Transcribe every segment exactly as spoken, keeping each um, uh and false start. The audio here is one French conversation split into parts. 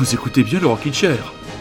Vous écoutez bien le Rockin' Chair.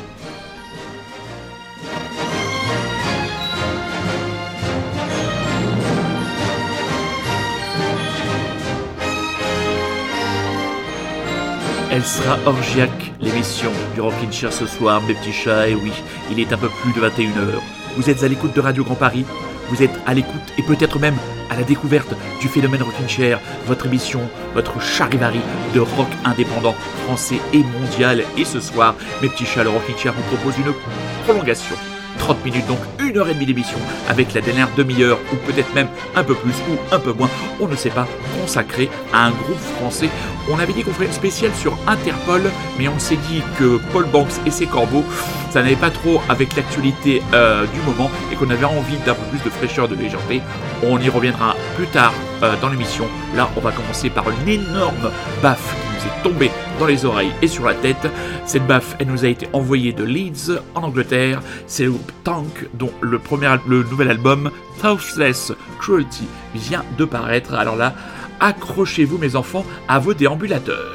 Elle sera orgiaque, l'émission du Rockin' Chair ce soir, mes petits chats, et oui, il est un peu plus de vingt et une heures. Vous êtes à l'écoute de Radio Grand Paris, vous êtes à l'écoute et peut-être même à la découverte du phénomène Rockin' Chair, votre émission, votre charivari de rock indépendant français et mondial. Et ce soir, mes petits chats, le Rockin' Chair vous propose une prolongation. trente minutes, donc une heure et demie d'émission, avec la dernière demi-heure, ou peut-être même un peu plus, ou un peu moins, on ne sait pas, consacré à un groupe français. On avait dit qu'on ferait une spéciale sur Interpol, mais on s'est dit que Paul Banks et ses corbeaux, ça n'allait pas trop avec l'actualité euh, du moment, et qu'on avait envie d'un peu plus de fraîcheur, de légèreté. On y reviendra plus tard euh, dans l'émission. Là, on va commencer par une énorme baffe qui nous est tombée dans les oreilles et sur la tête. Cette baffe, elle nous a été envoyée de Leeds, en Angleterre. C'est le groupe Tank, dont le, premier, le nouvel album, Toothless Cruelty, vient de paraître. Alors là, accrochez-vous mes enfants à vos déambulateurs.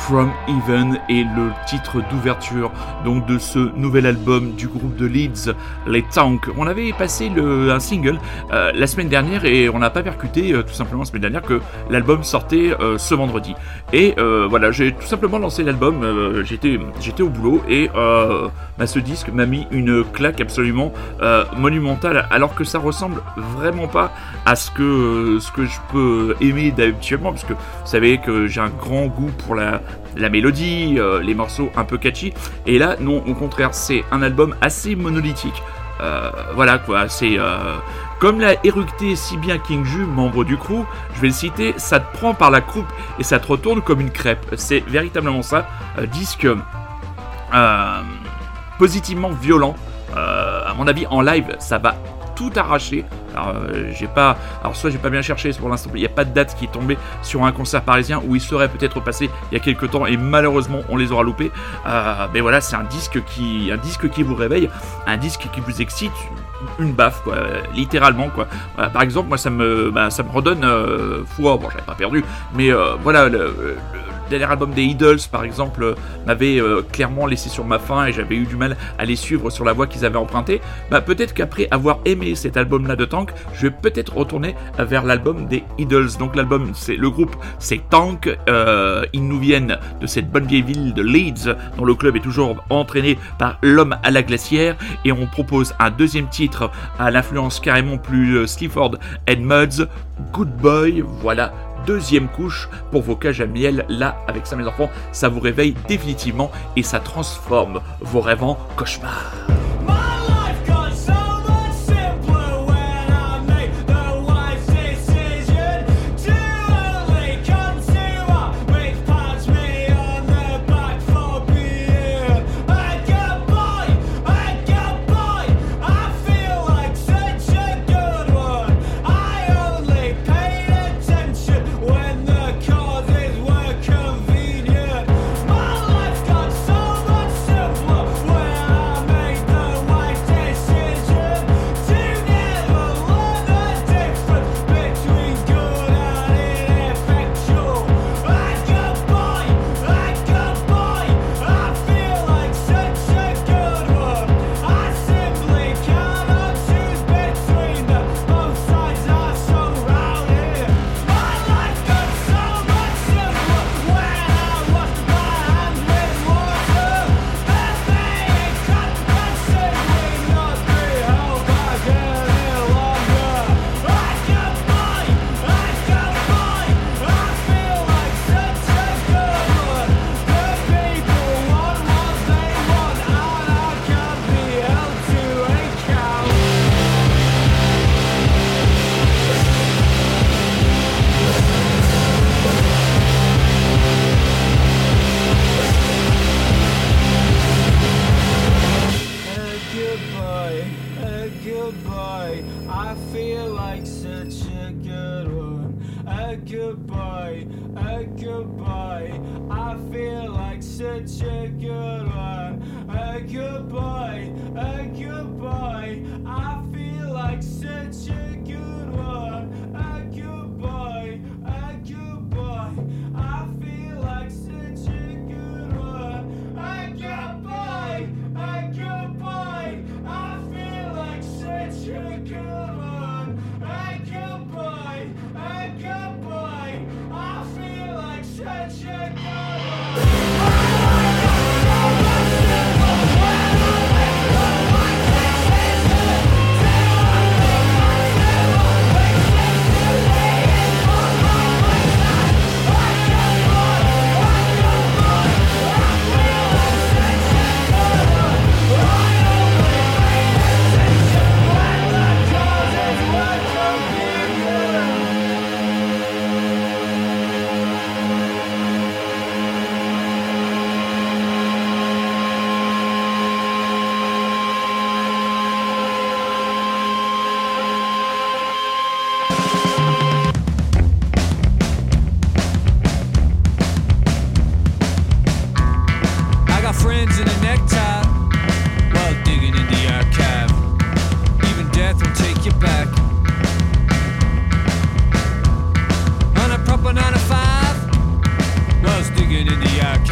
From Even est le titre d'ouverture donc de ce nouvel album du groupe de Leeds, les Tanks. On avait passé le, un single euh, la semaine dernière et on n'a pas percuté euh, tout simplement la semaine dernière que l'album sortait euh, ce vendredi. Et euh, voilà, j'ai tout simplement lancé l'album, euh, j'étais, j'étais au boulot et euh, bah, ce disque m'a mis une claque absolument euh, monumentale, alors que ça ressemble vraiment pas à ce que, euh, ce que je peux aimer habituellement, parce que vous savez que j'ai un grand goût pour la la mélodie, euh, les morceaux un peu catchy, et là non, au contraire, c'est un album assez monolithique. Euh, voilà quoi, c'est euh, comme l'a éructé si bien King Ju, membre du crew, je vais le citer, ça te prend par la croupe et ça te retourne comme une crêpe. C'est véritablement ça, euh, disque euh, positivement violent. Euh, à mon avis, en live, ça va tout arraché. Alors, euh, j'ai pas, alors soit j'ai pas bien cherché pour l'instant, il n'y a pas de date qui est tombée sur un concert parisien où il serait peut-être passé il y a quelques temps et malheureusement on les aura loupés. Euh, mais voilà, c'est un disque qui, un disque qui vous réveille, un disque qui vous excite, une baffe quoi, littéralement quoi. Euh, par exemple, moi ça me, bah, ça me redonne euh, foi. Bon, j'avais pas perdu, mais euh, voilà le, le Le dernier album des Idols, par exemple, euh, m'avait euh, clairement laissé sur ma faim et j'avais eu du mal à les suivre sur la voie qu'ils avaient empruntée. Bah, peut-être qu'après avoir aimé cet album-là de Tank, je vais peut-être retourner vers l'album des Idols. Donc l'album, c'est le groupe, c'est Tank. Euh, ils nous viennent de cette bonne vieille ville de Leeds, dont le club est toujours entraîné par l'homme à la glacière. Et on propose un deuxième titre à l'influence carrément plus euh, Sleaford and Muds, Good Boy. Voilà. Deuxième couche pour vos cages à miel, là, avec ça mes enfants, ça vous réveille définitivement et ça transforme vos rêves en cauchemars. Digging in the archive.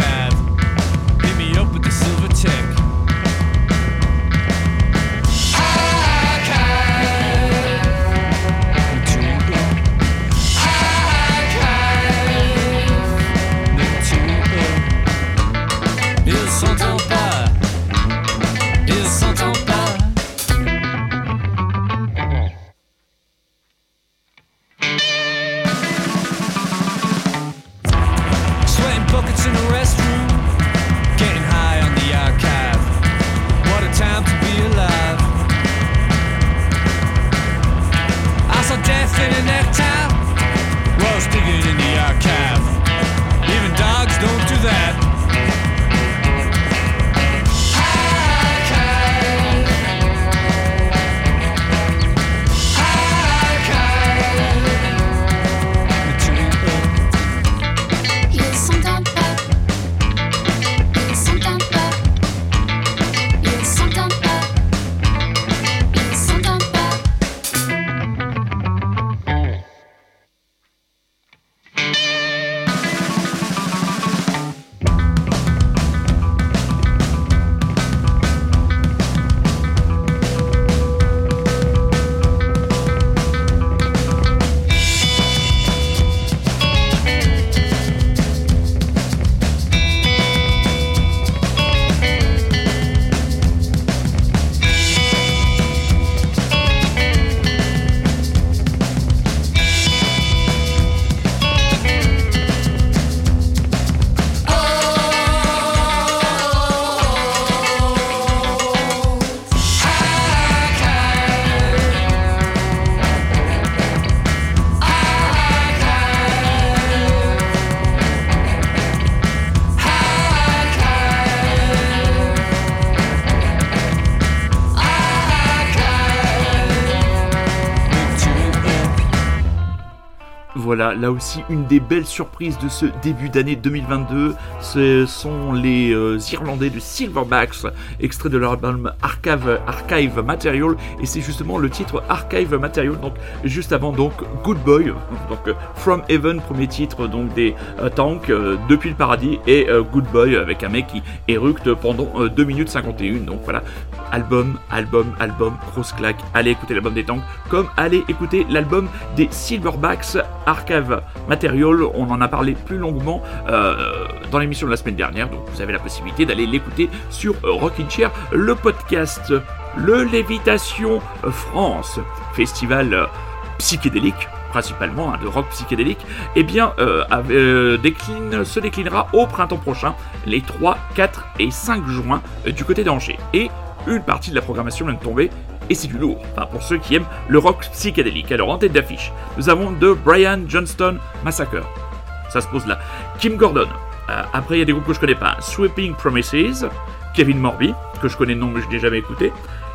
voilà, là aussi une des belles surprises de ce début d'année deux mille vingt-deux, ce sont les euh, Irlandais de Silverbacks, extrait de leur album Archive, Archive Material, et c'est justement le titre Archive Material, donc juste avant donc Good Boy, donc euh, From Heaven, premier titre donc des euh, Tanks, euh, Depuis le paradis, et euh, Good Boy avec un mec qui éructe pendant euh, deux minutes cinquante et un, donc voilà, album, album, album, grosse claque, allez écouter l'album des Tanks, comme allez écouter l'album des Silverbacks, Archive Material. On en a parlé plus longuement euh, dans l'émission de la semaine dernière, donc vous avez la possibilité d'aller l'écouter sur Rockin' Chair, le podcast. Le Lévitation France, festival euh, psychédélique, principalement hein, de rock psychédélique, eh bien euh, euh, décline, se déclinera au printemps prochain, les trois, quatre et cinq juin euh, du côté d'Angers. Et une partie de la programmation vient de tomber, et c'est du lourd, enfin pour ceux qui aiment le rock psychédélique. Alors en tête d'affiche, nous avons The Brian Johnston Massacre, ça se pose là, Kim Gordon, euh, après il y a des groupes que je connais pas, Sweeping Promises, Kevin Morby, que je connais de nom mais je n'ai jamais écouté,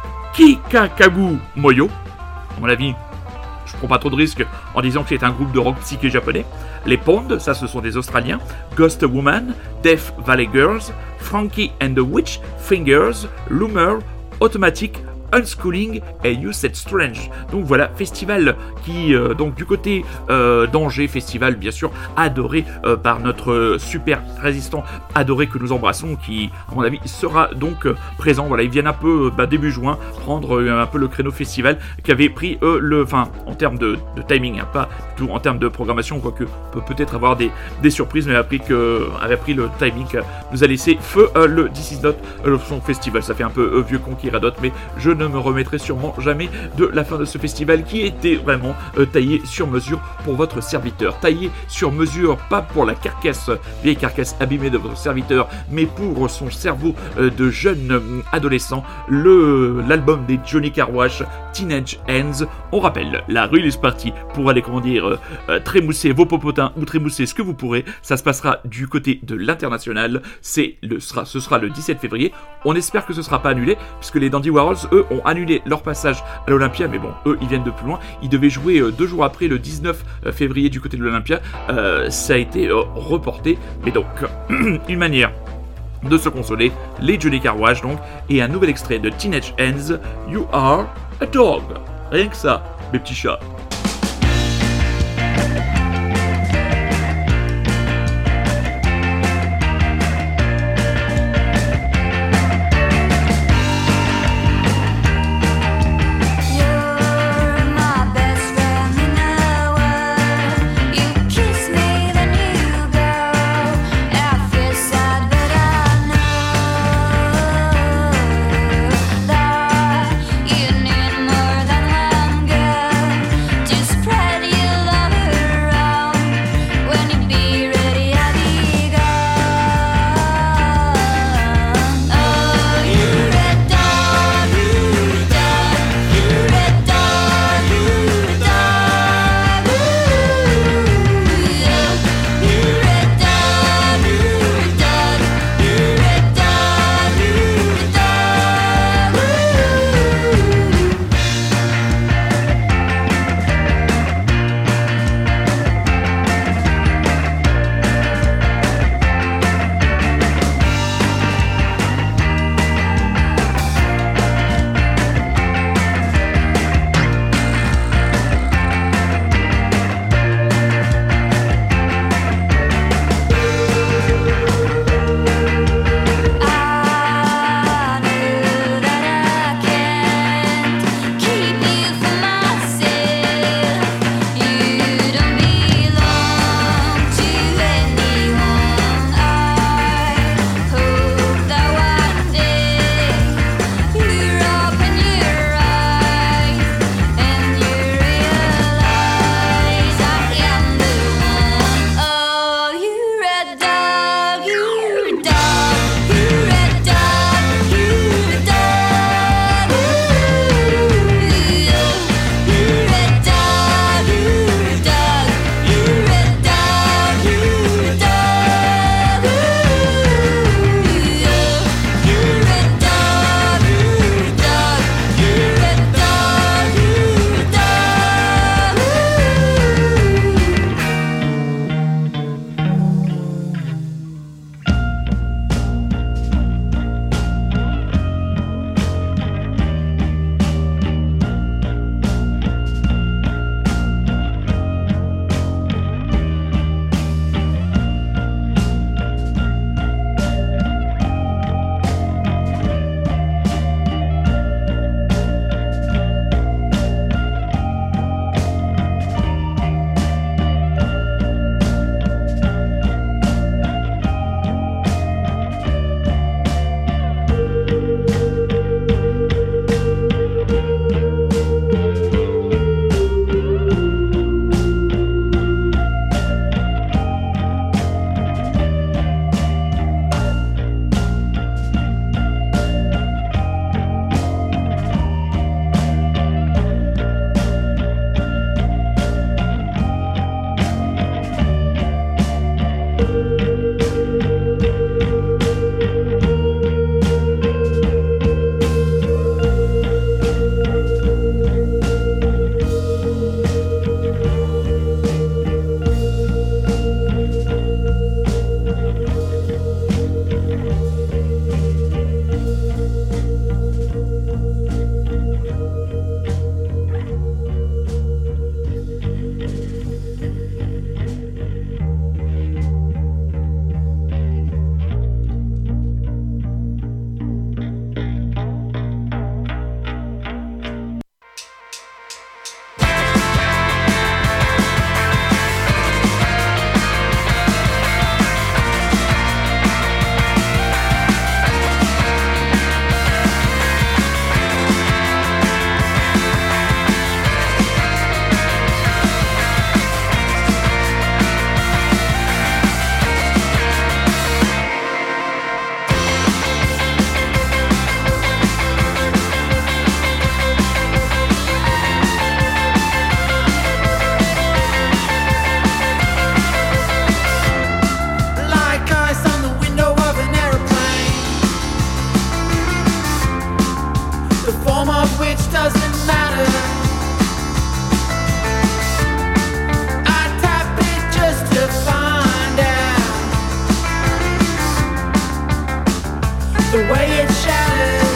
Kikakagu Moyo, à mon avis, je prends pas trop de risques en disant que c'est un groupe de rock psyché japonais, les Pond, ça ce sont des Australiens, Ghost Woman, Death Valley Girls, Frankie and the Witch Fingers, Loomer, Automatic, Unschooling et You Said Strange. Donc voilà, festival qui, euh, donc du côté euh, d'Angers, festival bien sûr adoré euh, par notre euh, super résistant adoré que nous embrassons, qui à mon avis sera donc euh, présent. Voilà, ils viennent un peu euh, bah, début juin prendre euh, un peu le créneau festival qui avait pris euh, le, enfin en termes de, de timing, hein, pas du tout en termes de programmation, quoique on peut peut-être avoir des, des surprises, mais avait pris que avait pris le timing, euh, nous a laissé feu euh, le This Is Not euh, son festival. Ça fait un peu euh, vieux con qui radote, mais je ne me remettrai sûrement jamais de la fin de ce festival qui était vraiment euh, taillé sur mesure pour votre serviteur. Taillé sur mesure, pas pour la carcasse, vieille carcasse abîmée de votre serviteur, mais pour son cerveau euh, de jeune euh, adolescent. Le, l'album des Johnny Carwash, Teenage Ends. On rappelle, la release party pour aller, comment dire, euh, euh, trémousser vos popotins ou trémousser ce que vous pourrez. Ça se passera du côté de l'international. C'est le, sera, ce sera le dix-sept février. On espère que ce ne sera pas annulé, puisque les Dandy Warhols, eux, ont annulé leur passage à l'Olympia, mais bon, eux, ils viennent de plus loin. Ils devaient jouer euh, deux jours après, le dix-neuf février, du côté de l'Olympia. Euh, ça a été euh, reporté, mais donc, une manière de se consoler, les Johnny Carwash, donc, et un nouvel extrait de Teenage Ends, You Are a Dog. Rien que ça, mes petits chats. You need more than one girl. way it shatters.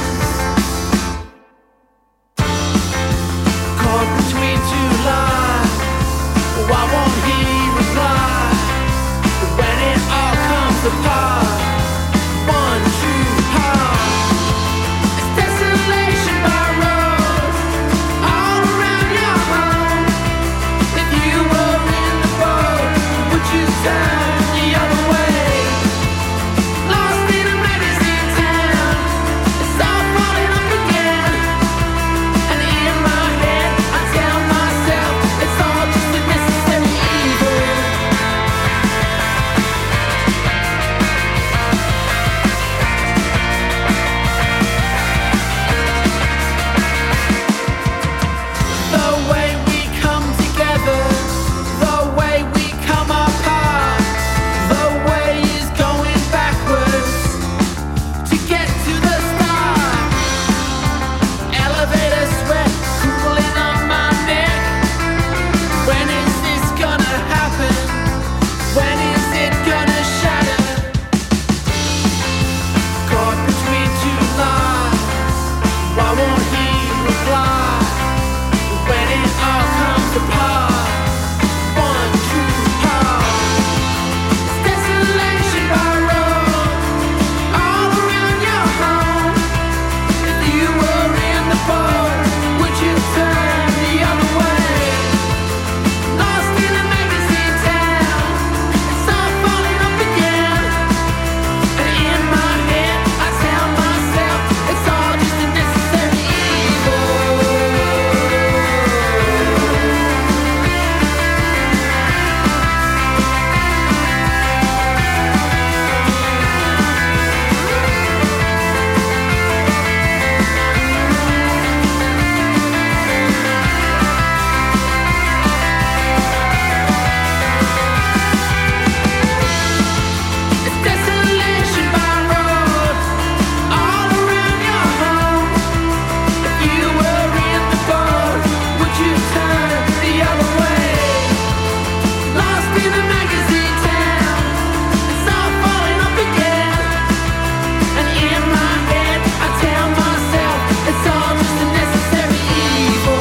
Caught between two lies, why won't he reply? When it all comes apart, one true heart. It's desolation by roads all around your home. If you were in the boat, would you turn the other way? Lost in a magazine town, it's all falling up again. And in my head I tell myself it's all just a necessary evil. The way we come together, the way we come apart, the way is going backwards to get to the start. Elevator sweat cooling on my neck. When is this gonna happen? When is it gonna shatter? Caught between two lies, why won't he reply? When it all comes apart, one true heart. It's desolation by road all around your home. If you were in the boat, would you turn the other way? Lost in a magazine town, it's all falling up again. And in my head I tell myself it's all just a necessary evil. It's desolation by road all around your home. If you were in the boat, would you turn the other way? Lost in a magazine town, it's all falling up again. And in my head I tell myself it's all just a necessary evil.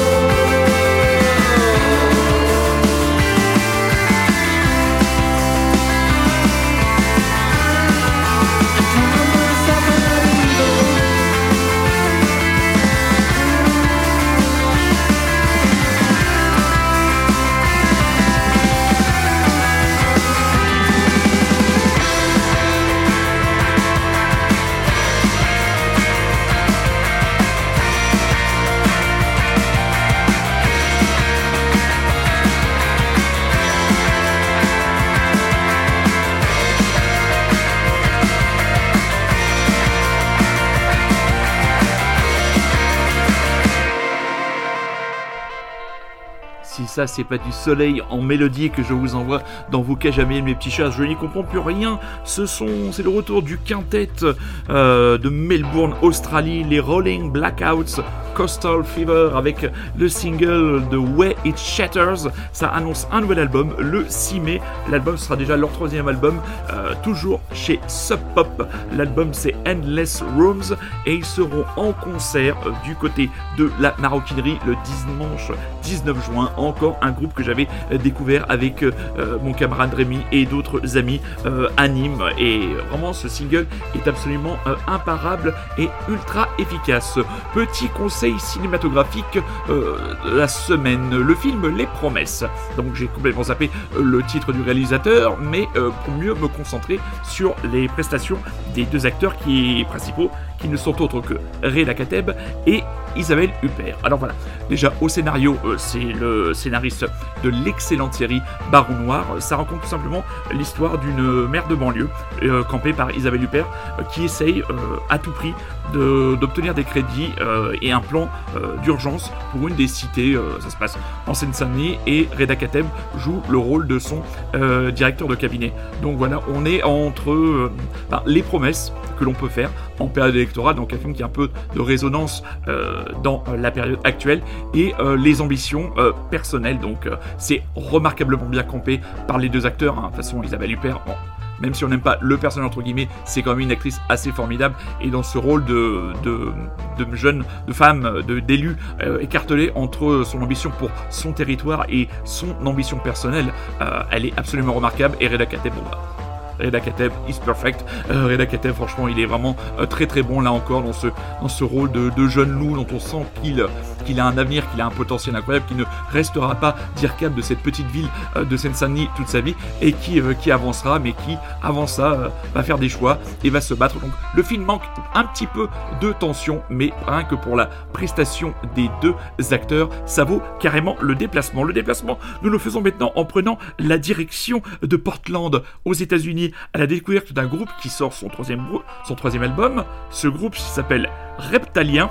Si ça c'est pas du soleil en mélodie que je vous envoie dans vos cages à miel, mes petits chats, je n'y comprends plus rien. Ce sont, c'est le retour du quintet euh, de Melbourne, Australie, les Rolling Blackouts, Coastal Fever avec le single The Way It Shatters. Ça annonce un nouvel album le six mai. L'album sera déjà leur troisième album, euh, toujours chez Sub Pop. L'album c'est Endless Rooms et ils seront en concert euh, du côté de la Maroquinerie le dimanche dix-neuf juin. Encore un groupe que j'avais euh, découvert avec euh, mon camarade Rémi et d'autres amis euh, à Nîmes. Et vraiment ce single est absolument euh, imparable et ultra efficace. Petit conseil cinématographique euh, la semaine, le film Les Promesses. Donc j'ai complètement zappé euh, le titre du réalisateur, mais euh, pour mieux me concentrer sur les prestations des deux acteurs qui, principaux, qui ne sont autres que Reda Kateb et Isabelle Huppert. Alors voilà, déjà au scénario, euh, c'est le scénariste de l'excellente série Baron Noir. Ça raconte tout simplement l'histoire d'une mère de banlieue euh, campée par Isabelle Huppert euh, qui essaye euh, à tout prix de, d'obtenir des crédits euh, et un plan euh, d'urgence pour une des cités. Euh, ça se passe en Seine-Saint-Denis et Reda Kateb joue le rôle de son euh, directeur de cabinet. Donc voilà, on est entre euh, ben, les promesses que l'on peut faire en période électorale, donc un film qui a un peu de résonance euh, dans euh, la période actuelle, et euh, les ambitions euh, personnelles. Donc euh, c'est remarquablement bien campé par les deux acteurs, hein. De toute façon Isabelle Huppert, bon, même si on n'aime pas le personnage entre guillemets, c'est quand même une actrice assez formidable, et dans ce rôle de, de, de jeune, de femme, de, d'élu euh, écartelée entre son ambition pour son territoire et son ambition personnelle, euh, elle est absolument remarquable. Et Reda Kateb, bon bah, Reda Kateb is perfect. Euh, Reda Kateb, franchement, il est vraiment euh, très très bon là encore dans ce, dans ce rôle de, de jeune loup dont on sent qu'il, qu'il a un avenir, qu'il a un potentiel incroyable, qui ne restera pas d'Irkab, de cette petite ville euh, de Seine-Saint-Denis toute sa vie, et qui, euh, qui avancera, mais qui, avant ça, euh, va faire des choix et va se battre. Donc le film manque un petit peu de tension, mais rien que pour la prestation des deux acteurs, ça vaut carrément le déplacement. Le déplacement, nous le faisons maintenant en prenant la direction de Portland, aux États-Unis, à la découverte d'un groupe qui sort son troisième, son troisième album. Ce groupe s'appelle Reptalien.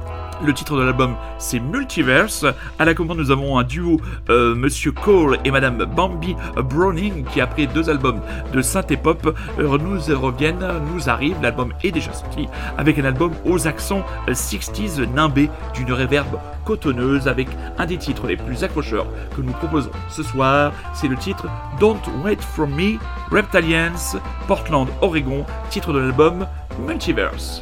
Le titre de l'album, c'est Multiverse. À la commande, nous avons un duo, euh, Monsieur Cole et Madame Bambi Browning, qui après deux albums de synthé pop euh, nous reviennent, nous arrivent. L'album est déjà sorti avec un album aux accents sixties nimbés d'une réverbe cotonneuse, avec un des titres les plus accrocheurs que nous proposons ce soir. C'est le titre Don't Wait For Me, Reptalians, Portland, Oregon, titre de l'album Multiverse.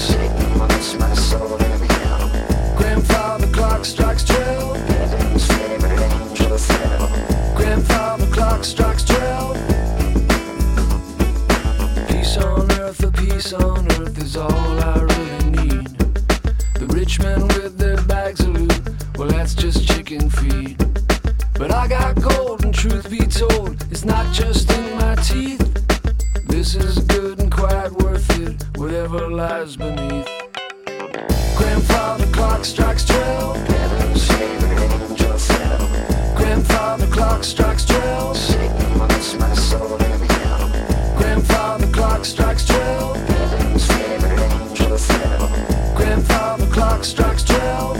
Grandfather clock strikes twelve. peace on earth is all I really need. The rich men with their bags of loot, well that's just chicken feed. But I got gold and truth be told, it's not just in my teeth. This is good and quite worth it, whatever lies beneath. Grandfather clock strikes twelve. Grandfather clock strikes twelve. My soul in hell. Grandfather clock strikes twelve. Grandfather clock strikes twelve.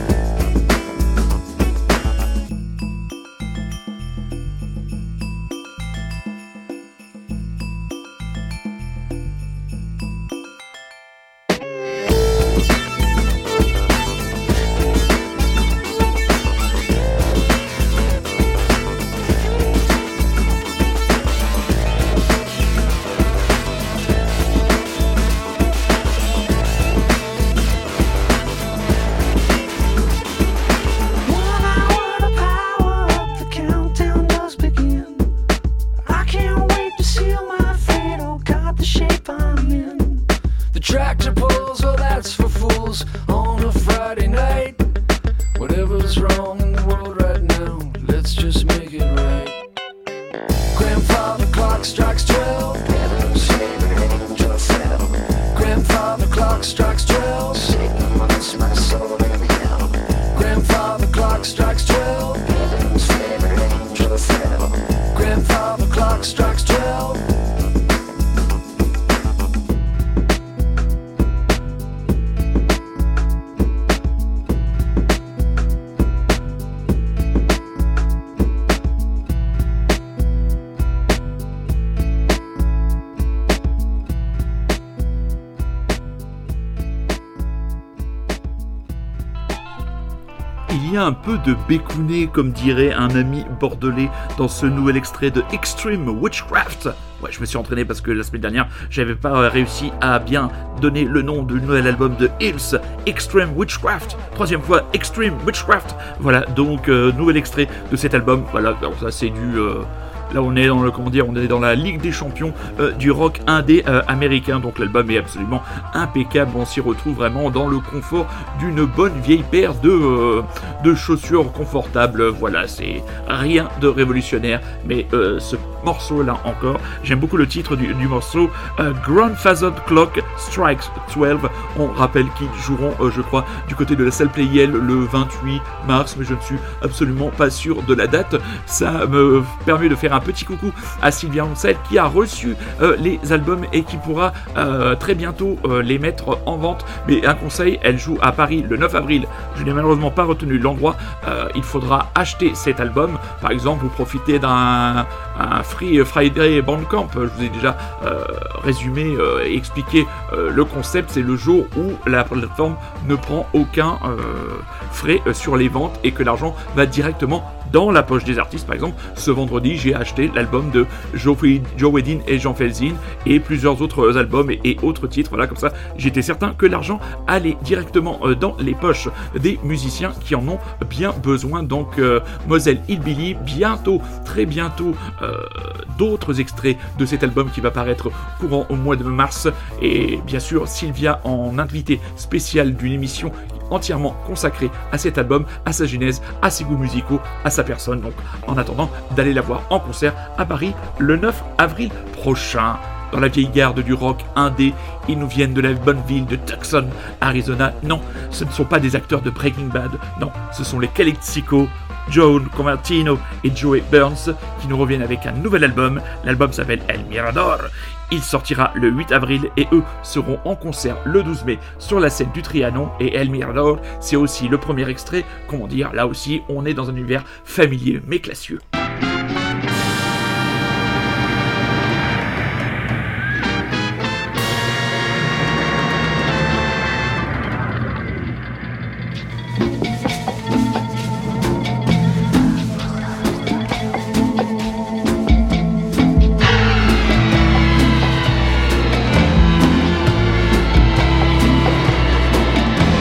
Il y a un peu de bécouné, comme dirait un ami bordelais, dans ce nouvel extrait de Extreme Witchcraft. Ouais, je me suis entraîné parce que la semaine dernière, j'avais pas réussi à bien donner le nom du nouvel album de Hills, Extreme Witchcraft. Troisième fois, Extreme Witchcraft. Voilà, donc euh, nouvel extrait de cet album. Voilà, alors ça c'est du... Euh... Là, on est dans le, comment dire, on est dans la Ligue des Champions euh, du rock indé euh, américain. Donc, l'album est absolument impeccable. On s'y retrouve vraiment dans le confort d'une bonne vieille paire de, euh, de chaussures confortables. Voilà, c'est rien de révolutionnaire. Mais euh, ce morceau-là encore, j'aime beaucoup le titre du, du morceau. Euh, Grandfather Clock Strikes douze. On rappelle qu'ils joueront, euh, je crois, du côté de la salle Playel le vingt-huit mars. Mais je ne suis absolument pas sûr de la date. Ça me permet de faire un petit coucou à Sylvia Ansel qui a reçu euh, les albums et qui pourra euh, très bientôt euh, les mettre en vente. Mais un conseil, elle joue à Paris le neuf avril. Je n'ai malheureusement pas retenu l'endroit. Euh, il faudra acheter cet album. Par exemple, vous profitez d'un un Free Friday Bandcamp. Je vous ai déjà euh, résumé euh, et expliqué euh, le concept. C'est le jour où la plateforme ne prend aucun euh, frais euh, sur les ventes et que l'argent va directement dans la poche des artistes. Par exemple, ce vendredi, j'ai acheté l'album de Joe, Joe Wedin et Jean Felzin et plusieurs autres albums et, et autres titres. Voilà, comme ça, j'étais certain que l'argent allait directement euh, dans les poches des musiciens qui en ont bien besoin. Donc, euh, Moselle Hillbilly, bientôt, très bientôt, euh, d'autres extraits de cet album qui va paraître courant au mois de mars. Et bien sûr, Sylvia en invité spécial d'une émission entièrement consacrée à cet album, à sa genèse, à ses goûts musicaux, à sa personne. Donc, en attendant d'aller la voir en concert à Paris le neuf avril prochain. Dans la vieille garde du rock indé, ils nous viennent de la bonne ville de Tucson, Arizona. Non, ce ne sont pas des acteurs de Breaking Bad. Non, ce sont les Calexico, John Convertino et Joey Burns qui nous reviennent avec un nouvel album. L'album s'appelle El Mirador. Il sortira le huit avril et eux seront en concert le douze mai sur la scène du Trianon. Et El Mirador, c'est aussi le premier extrait. Comment dire, là aussi, on est dans un univers familier mais classieux.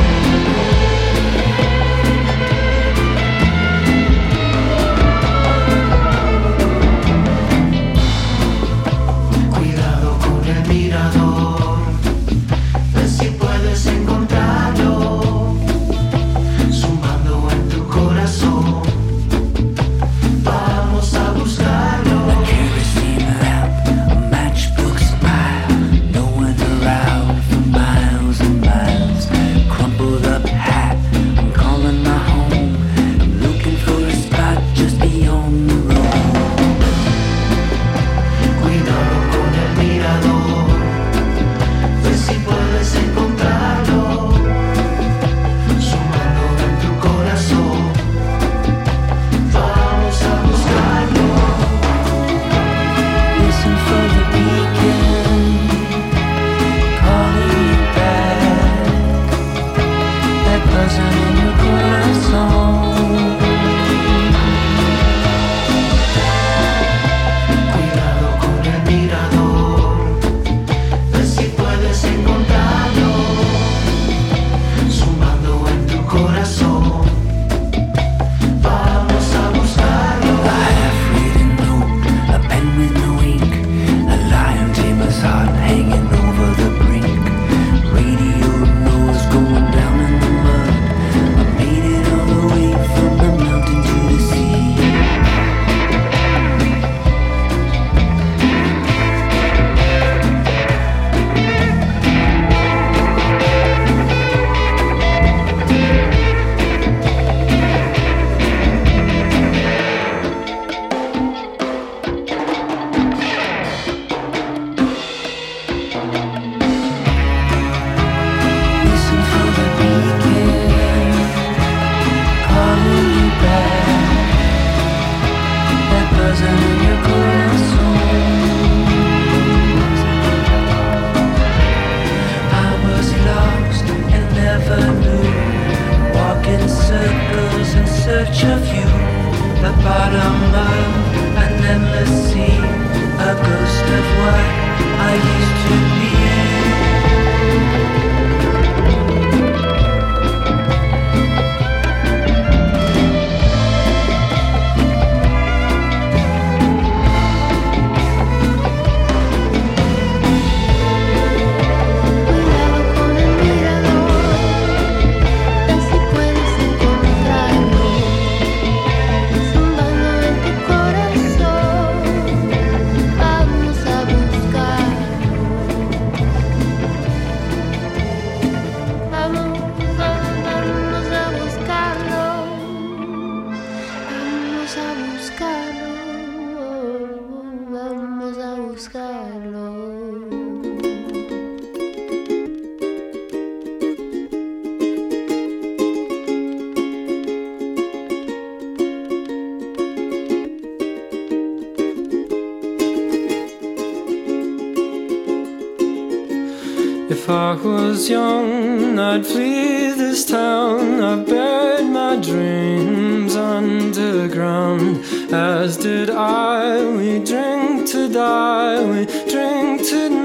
Thank sky low. If I was young, I'd flee this town. I buried my dreams underground, as did I. We drink to die, we drink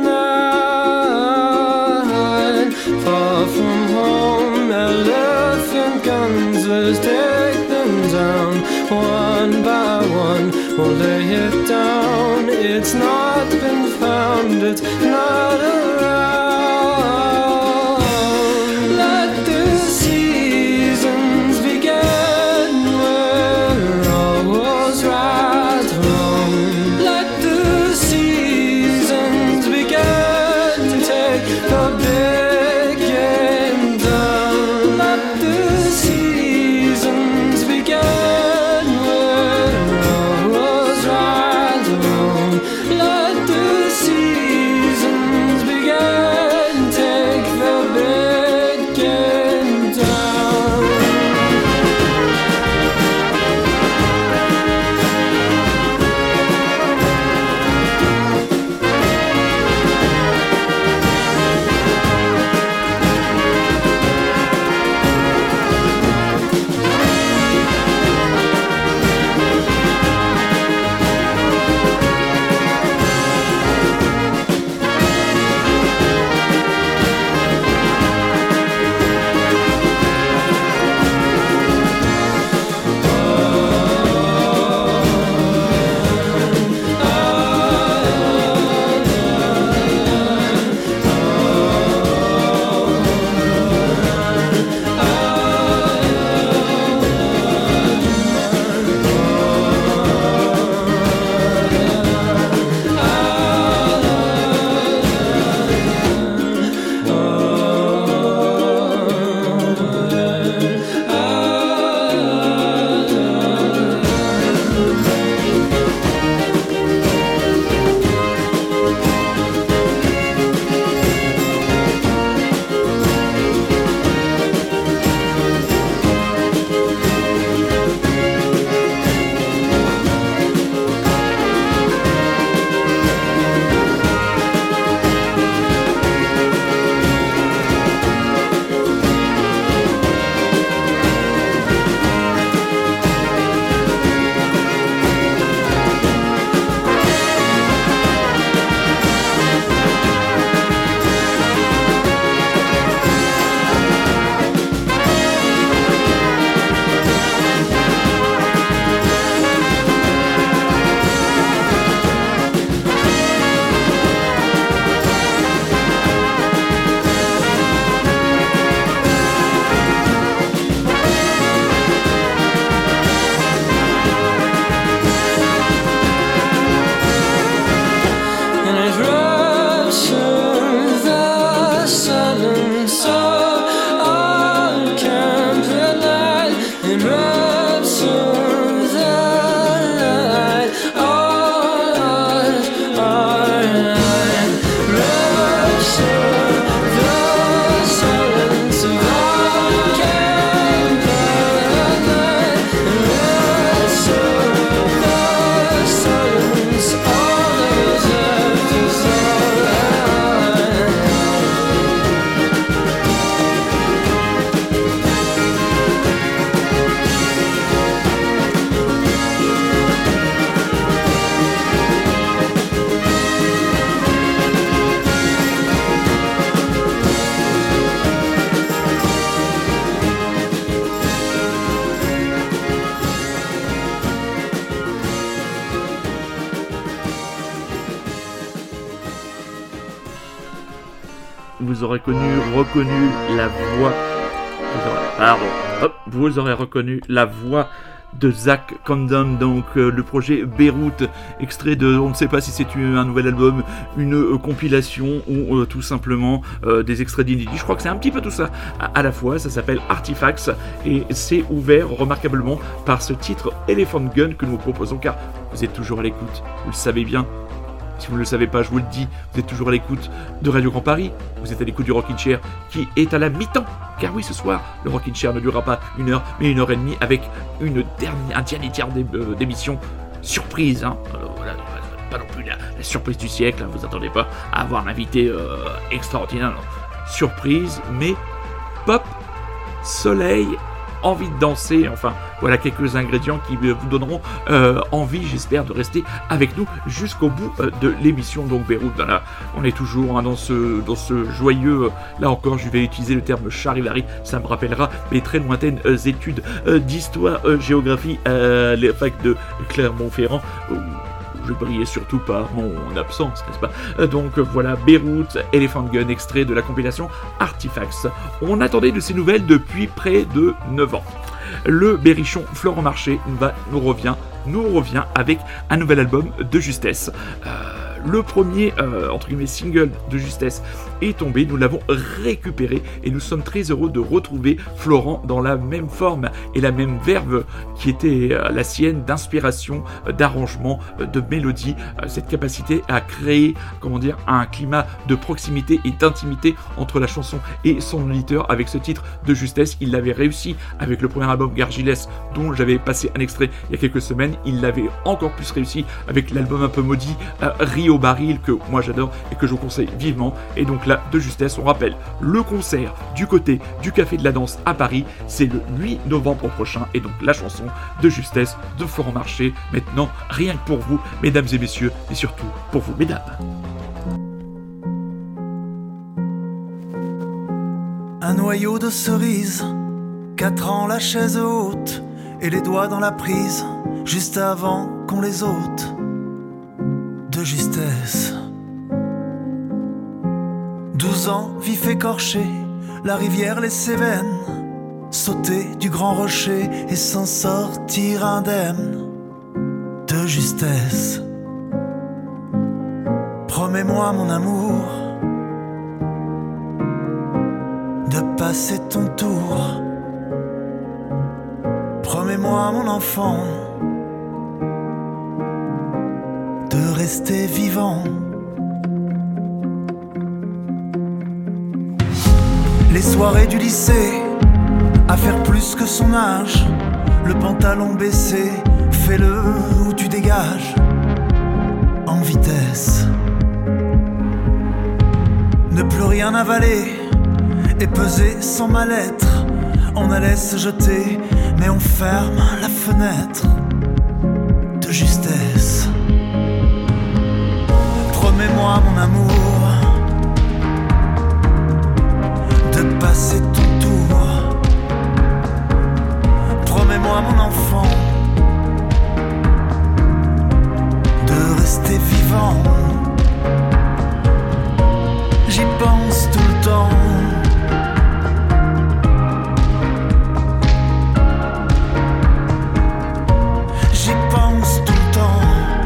tonight. Far from home, elephant guns, let's take them down. One by one, we'll lay it down. It's not been found, it's not around. Vous aurez connu, reconnu la voix. Vous aurez, pardon, hop, vous aurez reconnu la voix de Zach Condon, donc euh, le projet Beyrouth, extrait de, on ne sait pas si c'est un nouvel album, une euh, compilation ou euh, tout simplement euh, des extraits d'inédits. Je crois que c'est un petit peu tout ça à, à la fois. Ça s'appelle Artifacts et c'est ouvert remarquablement par ce titre Elephant Gun que nous vous proposons, car vous êtes toujours à l'écoute, vous le savez bien. Si vous ne le savez pas, je vous le dis, vous êtes toujours à l'écoute de Radio Grand Paris, vous êtes à l'écoute du Rockin' Chair qui est à la mi-temps. Car oui, ce soir, le Rockin' Chair ne durera pas une heure, mais une heure et demie avec une dernière, un dernier tiers d'é- euh, d'émission surprise. Hein. Alors, voilà, pas non plus la, la surprise du siècle, hein, vous attendez pas à avoir un invité euh, extraordinaire. Non. Surprise, mais pop, soleil, envie de danser, enfin voilà quelques ingrédients qui vous donneront euh, envie, j'espère, de rester avec nous jusqu'au bout euh, de l'émission. Donc Beyrouth, voilà, on est toujours hein, dans ce dans ce joyeux, euh, là encore je vais utiliser le terme charivari, ça me rappellera mes très lointaines euh, études euh, d'histoire, euh, géographie à la fac de Clermont-Ferrand, où je brillais surtout par mon absence, n'est-ce pas? Donc voilà, Beyrouth, Elephant Gun, extrait de la compilation Artifacts. On attendait de ces nouvelles depuis près de neuf ans. Le berrichon Florent Marché va, nous revient, nous revient avec un nouvel album de Justesse. Euh, le premier, euh, entre guillemets, single de Justesse est tombé, nous l'avons récupéré et nous sommes très heureux de retrouver Florent dans la même forme et la même verve qui était euh, la sienne d'inspiration, euh, d'arrangement, euh, de mélodie, euh, cette capacité à créer, comment dire, un climat de proximité et d'intimité entre la chanson et son auditeur. Avec ce titre de Justesse, il l'avait réussi avec le premier album Gargilès dont j'avais passé un extrait il y a quelques semaines, il l'avait encore plus réussi avec l'album un peu maudit euh, Rio Baril, que moi j'adore et que je vous conseille vivement. Et donc là, de Justesse, on rappelle le concert du côté du Café de la Danse à Paris, c'est le huit novembre prochain, et donc la chanson de Justesse de Florent Marché, maintenant rien que pour vous mesdames et messieurs, et surtout pour vous mesdames. Un noyau de cerise, quatre ans la chaise haute et les doigts dans la prise, juste avant qu'on les ôte. De Justesse. Douze ans, vif écorché, la rivière les Cévennes, sauter du grand rocher et s'en sortir indemne. De Justesse. Promets-moi mon amour de passer ton tour. Promets-moi mon enfant de rester vivant. Les soirées du lycée, à faire plus que son âge, le pantalon baissé, fais-le ou tu dégages. En vitesse. Ne plus rien avaler et peser sans mal-être. On allait se jeter, mais on ferme la fenêtre. De Justesse. Promets-moi mon amour de passer ton tour. Promets-moi mon enfant de rester vivant. J'y pense tout le temps. J'y pense tout le temps.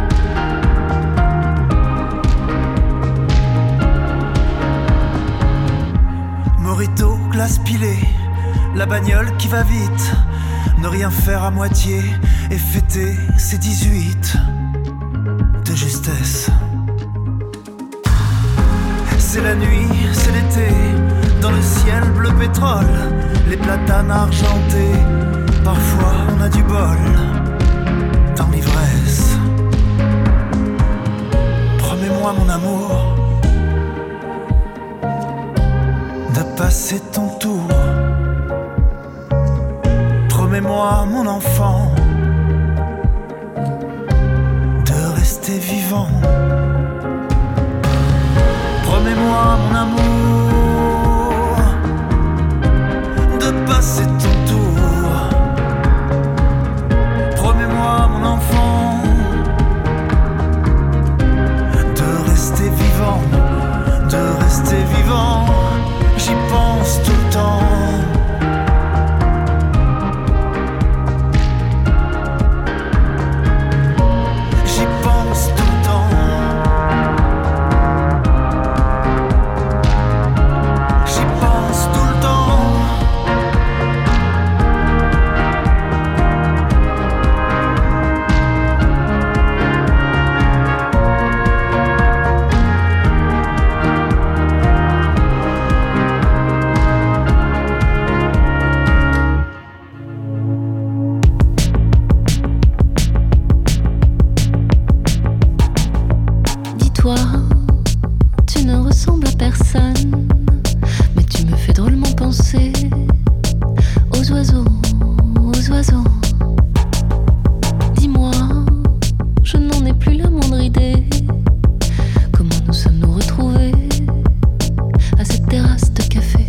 Morito, glace pilée, la bagnole qui va vite, ne rien faire à moitié et fêter ses dix-huit. De Justesse. C'est la nuit, c'est l'été, dans le ciel bleu pétrole, les platanes argentés, parfois on a du bol, dans l'ivresse. Promets-moi mon amour de passer ton tour. Promets-moi mon enfant de rester vivant. Promets-moi mon amour de passer ton tour. Promets-moi mon enfant de rester vivant, de rester vivant. J'y pense tout le temps. J'y pense tout le temps. personne, mais tu me fais drôlement penser aux oiseaux, aux oiseaux. Dis-moi, je n'en ai plus la moindre idée. Comment nous sommes-nous retrouvés à cette terrasse de café?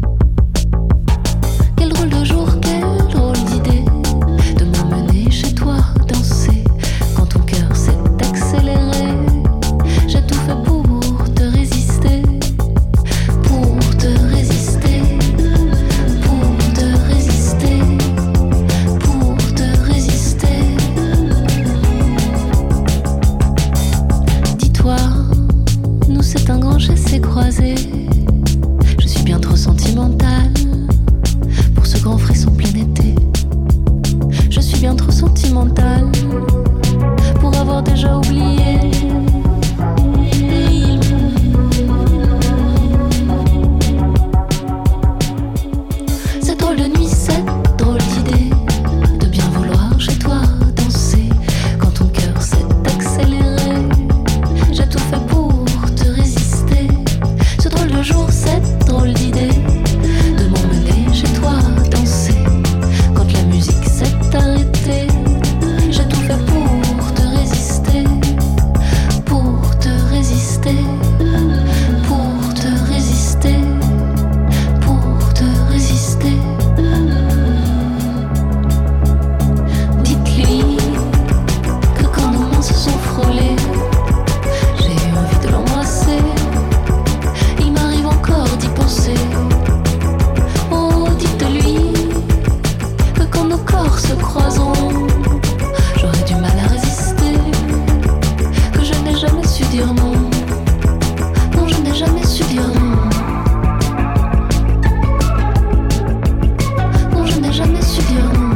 Quel drôle de jour, quelle drôle d'idée de m'emmener chez toi danser. Quand ton cœur s'est accéléré, j'ai tout fait pour te résister, pour te résister, pour te résister, pour te résister. Dis-toi, nous c'est un grand chassé croisé. Je suis bien trop sentimentale pour ce grand frisson plein été. Je suis bien trop sentimentale pour avoir déjà oublié. Cette drôle de nuit, cette drôle d'idée de bien vouloir chez toi danser. Quand ton cœur s'est accéléré, j'ai tout fait pour te résister. Ce drôle de jour, cette drôle d'idée de m'emmener chez toi danser. Quand la musique s'est arrêtée, j'ai tout fait pour te résister, pour te résister, pour te résister, pour te résister. Dites-lui que quand nos mains se sont frôlées, j'ai eu envie de l'embrasser. Il m'arrive encore d'y penser. Oh, dites-lui que quand nos corps se croiseront, j'aurai du mal à résister. Que je n'ai jamais su dire non. Non, je n'ai jamais su dire non. Non, je n'ai jamais su dire non.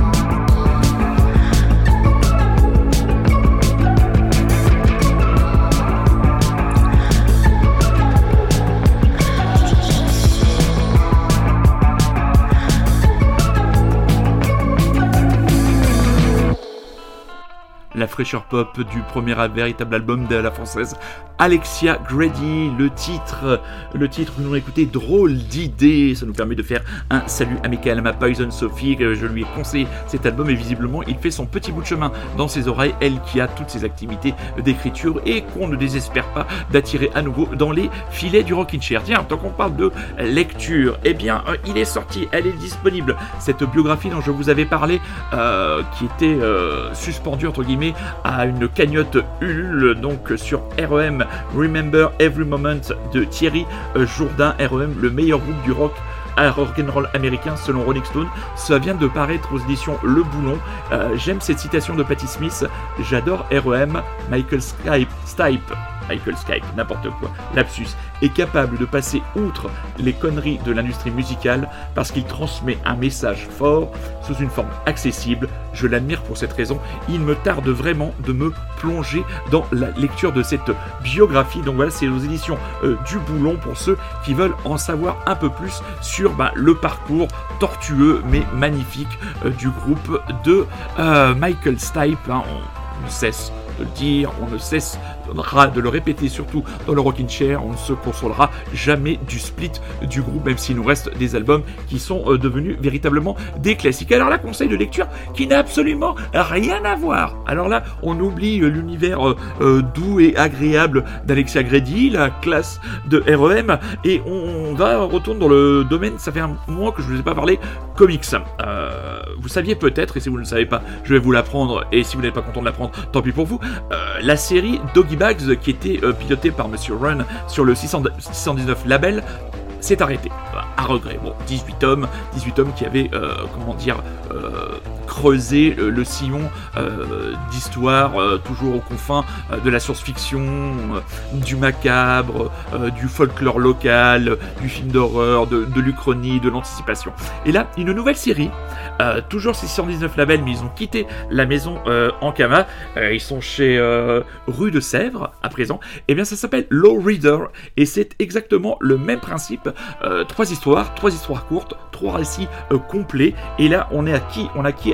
La fraîcheur pop du premier véritable album de la française Alexia Grady. Le titre, le titre que nous avons écouté, Drôle d'idée. Ça nous permet de faire un salut amical à ma Poison Sophie. Je lui ai conseillé cet album et visiblement il fait son petit bout de chemin dans ses oreilles. Elle qui a toutes ses activités d'écriture et qu'on ne désespère pas d'attirer à nouveau dans les filets du Rockin' Chair. Tiens, tant qu'on parle de lecture, eh bien, euh, il est sorti, elle est disponible. Cette biographie dont je vous avais parlé, euh, qui était euh, suspendue entre guillemets à une cagnotte Ulule, donc sur R E M, Remember Every Moment de Thierry Jourdain. R E M, le meilleur groupe du rock rock'n'roll américain selon Rolling Stone. Ça vient de paraître aux éditions Le Boulon. Euh, j'aime cette citation de Patti Smith. J'adore R E M. Michael Stipe, Stipe, Michael Stipe, n'importe quoi, lapsus, est capable de passer outre les conneries de l'industrie musicale parce qu'il transmet un message fort sous une forme accessible. Je l'admire pour cette raison. Il me tarde vraiment de me plonger dans la lecture de cette biographie. Donc voilà, c'est aux éditions euh, du Boulon pour ceux qui veulent en savoir un peu plus sur bah, le parcours tortueux mais magnifique euh, du groupe de euh, Michael Stipe. Hein, on ne cesse de le dire, on ne cesse de le répéter, surtout dans le Rockin' Chair. On ne se consolera jamais du split du groupe, même s'il nous reste des albums qui sont euh, devenus véritablement des classiques. Alors là, conseil de lecture qui n'a absolument rien à voir. Alors là, on oublie euh, l'univers euh, euh, doux et agréable d'Alexia Grady, la classe de R E M, et on va retourner dans le domaine, ça fait un moment que je ne vous ai pas parlé, comics. Euh, vous saviez peut-être, et si vous ne le savez pas, je vais vous l'apprendre, et si vous n'êtes pas content de l'apprendre, tant pis pour vous, euh, la série Doggy Bags, qui était euh, pilotée par Monsieur Run sur le six cent dix-neuf label, s'est arrêté, à regret. Bon, dix-huit tomes, dix-huit tomes qui avaient, euh, comment dire, euh, creusé le, le sillon euh, d'histoire, euh, toujours aux confins euh, de la science-fiction, euh, du macabre, euh, du folklore local, du film d'horreur, de, de l'Uchronie, de l'anticipation. Et là, une nouvelle série, euh, toujours six cent dix-neuf label, mais ils ont quitté la maison euh, Ankama, euh, ils sont chez euh, Rue de Sèvres, à présent. Et bien, ça s'appelle Low Reader, et c'est exactement le même principe. Euh, trois histoires, trois histoires courtes, trois récits euh, complets. Et là, on est à qui On a qui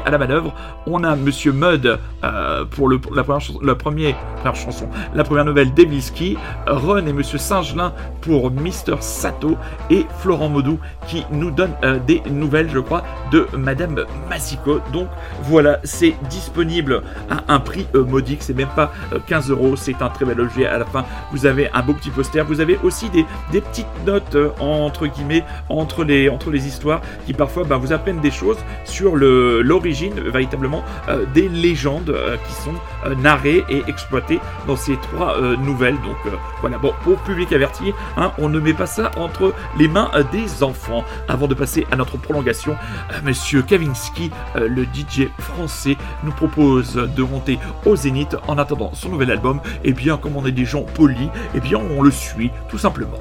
à la manœuvre. On a Monsieur Mudd euh, pour, le, pour la, première chanson, la, première, première chanson, la première nouvelle Devil's Key, Ron et Monsieur Singelin pour Mister Sato et Florent Maudou qui nous donne euh, des nouvelles, je crois, de Madame Masiko. Donc voilà, c'est disponible à un prix euh, modique, c'est même pas euh, quinze euros, c'est un très bel objet. À la fin, vous avez un beau petit poster, vous avez aussi des, des petites notes euh, entre guillemets entre les, entre les histoires qui parfois ben, vous apprennent des choses sur le, l'origine véritablement euh, des légendes euh, qui sont euh, narrées et exploitées dans ces trois euh, nouvelles. Donc euh, voilà, bon, pour public averti, hein, on ne met pas ça entre les mains euh, des enfants. Avant de passer à notre prolongation, euh, Monsieur Kavinsky, euh, le D J français, nous propose de monter au Zénith en attendant son nouvel album. Et bien, comme on est des gens polis, et bien on le suit tout simplement.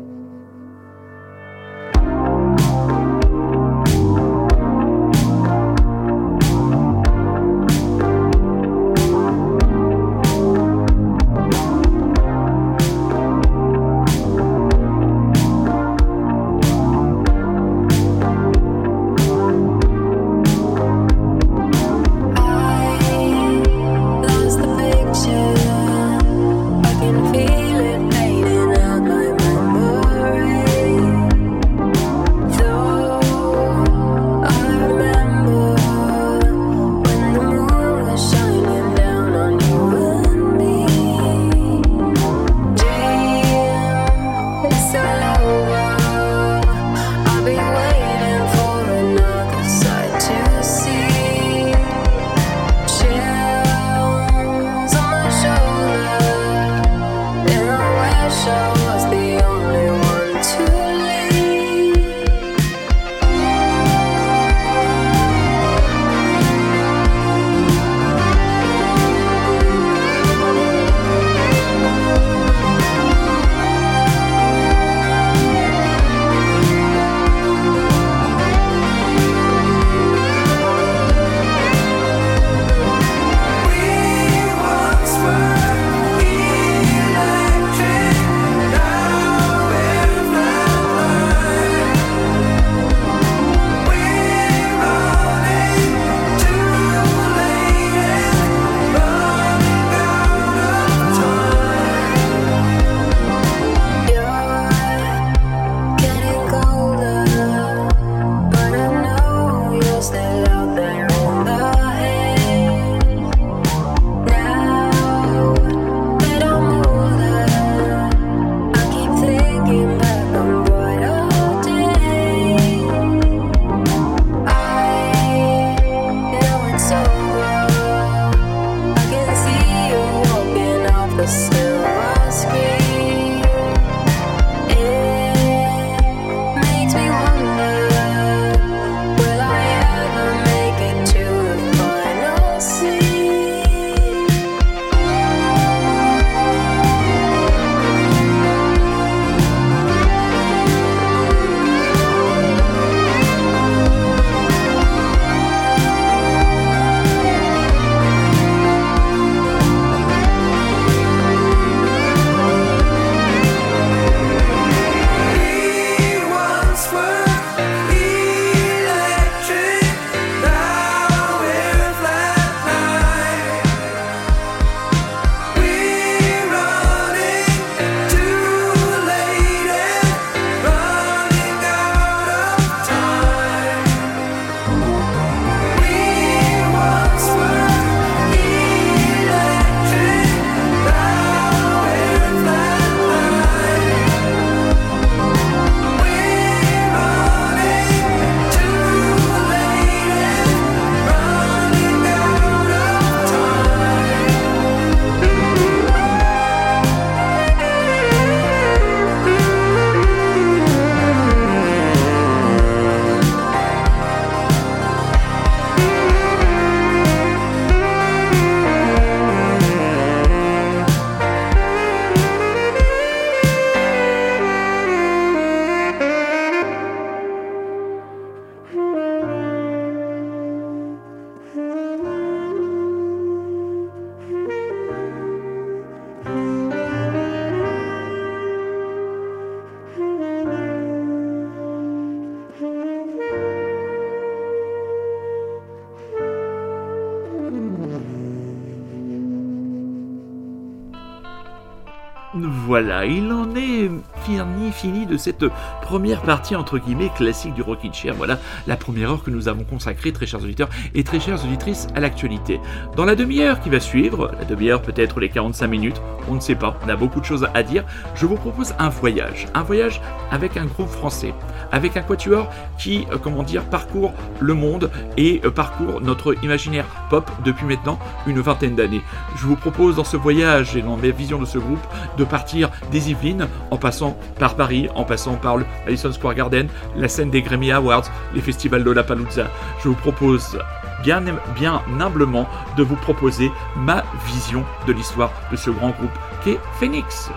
Thank Voilà, il en est fini, fini de cette première partie entre guillemets classique du Rockin' Chair. Voilà la première heure que nous avons consacrée, très chers auditeurs et très chères auditrices, à l'actualité. Dans la demi-heure qui va suivre, la demi-heure peut-être les quarante-cinq minutes, on ne sait pas, on a beaucoup de choses à dire, je vous propose un voyage, un voyage avec un groupe français, avec un quatuor qui, euh, comment dire, parcourt le monde et euh, parcourt notre imaginaire pop depuis maintenant une vingtaine d'années. Je vous propose dans ce voyage et dans mes visions de ce groupe de partir des Yvelines en passant par Paris, en passant par le Madison Square Garden, la scène des Grammy Awards, les festivals Lollapalooza. Je vous propose bien, bien humblement de vous proposer ma vision de l'histoire de ce grand groupe qu'est Phoenix.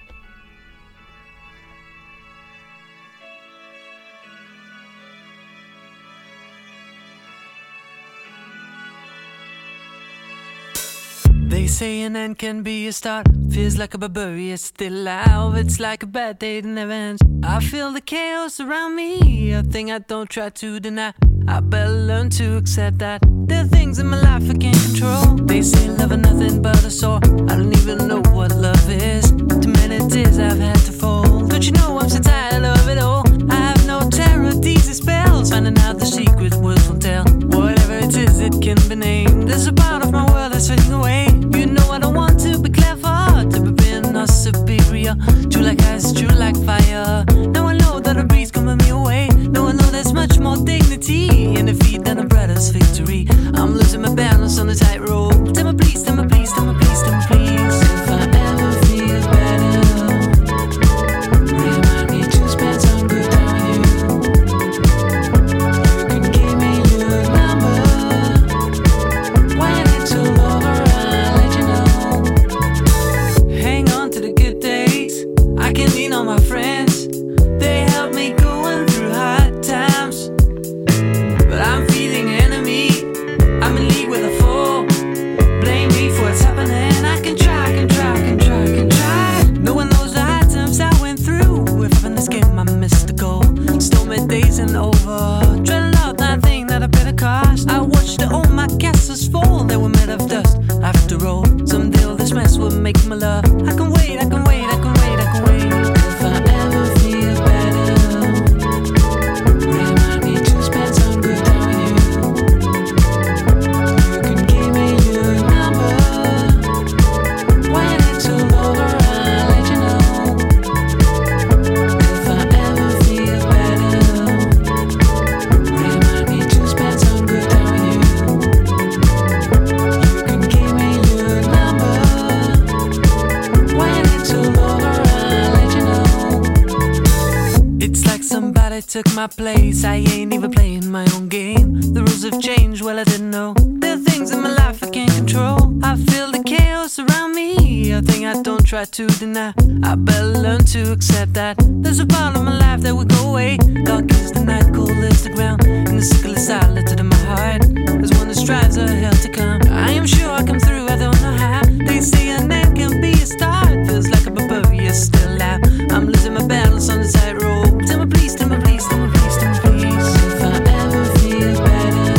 They say an end can be a start. Feels like a barbarian, it's still alive. It's like a bad day that never ends. I feel the chaos around me, a thing I don't try to deny. I better learn to accept that there are things in my life I can't control. They say love is nothing but a sore. I don't even know what love is. Too many tears I've had to fold. Don't you know I'm so tired of it all? I have no terror, these spells. Finding out the secret words won't tell. Whatever it is, it can be named. There's a part of my world that's fading away. You know I don't want to be clever, to be being or superior. True like ice, true like fire. Now I know that a breeze coming me away. Now I know there's much more dignity in defeat than a brother's victory. I'm losing my balance on the tightrope. Tell me please, tell me please, tell me please, tell me please. If I ever feel better, remind me to spend some good time with you. You can give me your number. When it's all over, I'll let you know. Hang on to the good days. I can lean on my friends. They help me going through hard times. But I'm feeling enemy. I'm in league with a fool. Blame me for what's happening. I can try, I can try, I can try, I can try. No one knows the hard times I went through. If I'm in this game, I missed the goal. Stormy days and over. Dreading out that thing that I better cost. I watched all my castles fall. They were made of dust. After all, someday all this mess will make me love. I can wait, I can wait, I can wait, I can wait. If I ever feel better, remind me to spend some good time with you. You can give me your number. When it's all over, I'll let you know. If I ever feel better, remind me to spend some good time with you. You can give me your number. When it's all over, I'll let you know. It's like somebody took my place. I ain't even playing my own game. The rules have changed, well I didn't know. There are things in my life I can't control. I feel the chaos around me, a thing I don't try to deny. I better learn to accept that there's a part of my life that will go away. Dark is the night, cold is the ground, and the sickle is silent in my heart. There's one that strives a hell to come. I am sure I come through, I don't know how. They say an end can be a start. Feels like a barbarian still alive. I'm losing my balance on the tightrope. Tell me please, tell me please, tell me please, tell me please. If I ever feel better,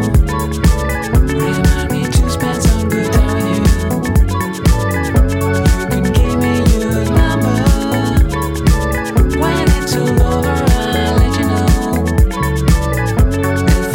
remind me to spend some good time with you. You can give me your number. When it's all over, I'll let you know. If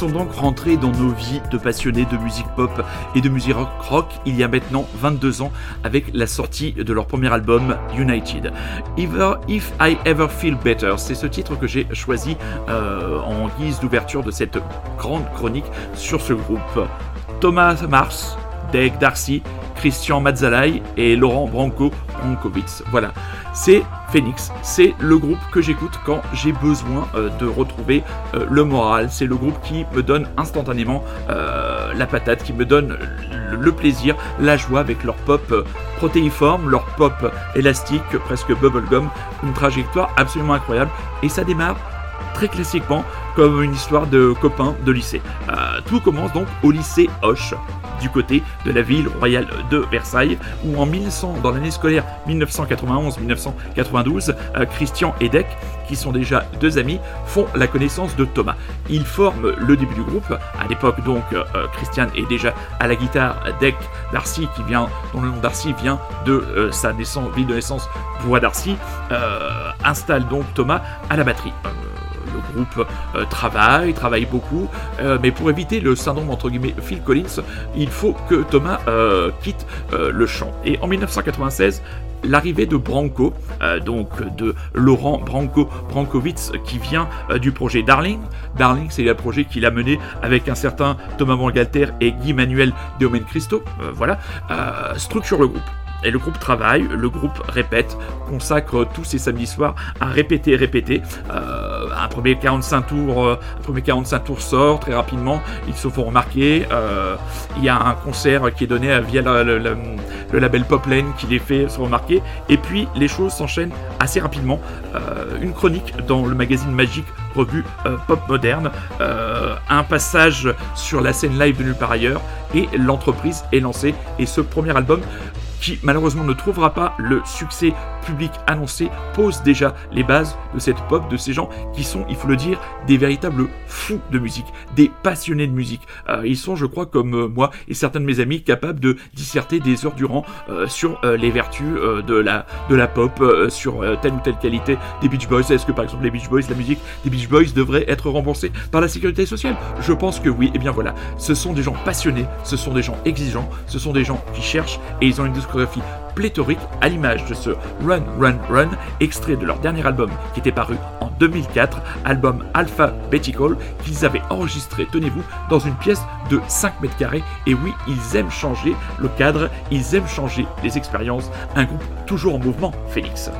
sont donc rentrés dans nos vies de passionnés de musique pop et de musique rock il y a maintenant vingt-deux ans avec la sortie de leur premier album United. Ever, If I Ever Feel Better, c'est ce titre que j'ai choisi euh, en guise d'ouverture de cette grande chronique sur ce groupe. Thomas Mars, Dave Darcy, Christian Mazzalai et Laurent Branco Brankowitz. Voilà, c'est Phoenix, c'est le groupe que j'écoute quand j'ai besoin euh, de retrouver euh, le moral. C'est le groupe qui me donne instantanément euh, la patate, qui me donne le, le plaisir, la joie avec leur pop euh, protéiforme, leur pop élastique, presque bubblegum, une trajectoire absolument incroyable. Et ça démarre très classiquement comme une histoire de copains de lycée. Euh, tout commence donc au lycée Hoche, du côté de la ville royale de Versailles, où en mille neuf cents, dans l'année scolaire dix-neuf cent quatre-vingt-onze dix-neuf cent quatre-vingt-douze, euh, Christian et Dec, qui sont déjà deux amis, font la connaissance de Thomas. Ils forment le début du groupe. À l'époque, donc, euh, Christian est déjà à la guitare, Dec Darcy, qui vient, dont le nom Darcy vient de euh, sa naissance, ville de naissance, Bois Darcy, euh, installe donc Thomas à la batterie. Euh, Le groupe euh, travaille, travaille beaucoup, euh, mais pour éviter le syndrome entre guillemets Phil Collins, il faut que Thomas euh, quitte euh, le chant. Et en dix-neuf cent quatre-vingt-seize, l'arrivée de Branco, euh, donc de Laurent Branco Brankowitz, qui vient euh, du projet Darling. Darling, c'est le projet qu'il a mené avec un certain Thomas Bangalter et Guy Manuel de Omen Christo. Euh, voilà, euh, structure le groupe. Et le groupe travaille, le groupe répète, consacre tous ses samedis soirs à répéter, répéter. Euh, un premier quarante-cinq tours, euh, un premier quarante-cinq tours sort très rapidement. Ils se font remarquer. Euh, il y a un concert qui est donné via le, le, le, le label Poplane qui les fait se remarquer. Et puis les choses s'enchaînent assez rapidement. Euh, une chronique dans le magazine Magique, revue euh, pop moderne, euh, un passage sur la scène live de nulle part ailleurs, et l'entreprise est lancée. Et ce premier album, qui malheureusement ne trouvera pas le succès public annoncé, pose déjà les bases de cette pop, de ces gens qui sont, il faut le dire, des véritables fous de musique, des passionnés de musique. Euh, ils sont, je crois, comme euh, moi et certains de mes amis, capables de disserter des heures durant euh, sur euh, les vertus euh, de, la, de la pop, euh, sur euh, telle ou telle qualité des Beach Boys. Est-ce que par exemple les Beach Boys, la musique des Beach Boys devrait être remboursée par la sécurité sociale? Je pense que oui. Et bien voilà, ce sont des gens passionnés, ce sont des gens exigeants, ce sont des gens qui cherchent, et ils ont une discographie pléthorique à l'image de ce Run Run Run, extrait de leur dernier album qui était paru en deux mille quatre, album Alphabetical, qu'ils avaient enregistré, tenez-vous, dans une pièce de cinq mètres carrés. Et oui, ils aiment changer le cadre, ils aiment changer les expériences. Un groupe toujours en mouvement, Phoenix.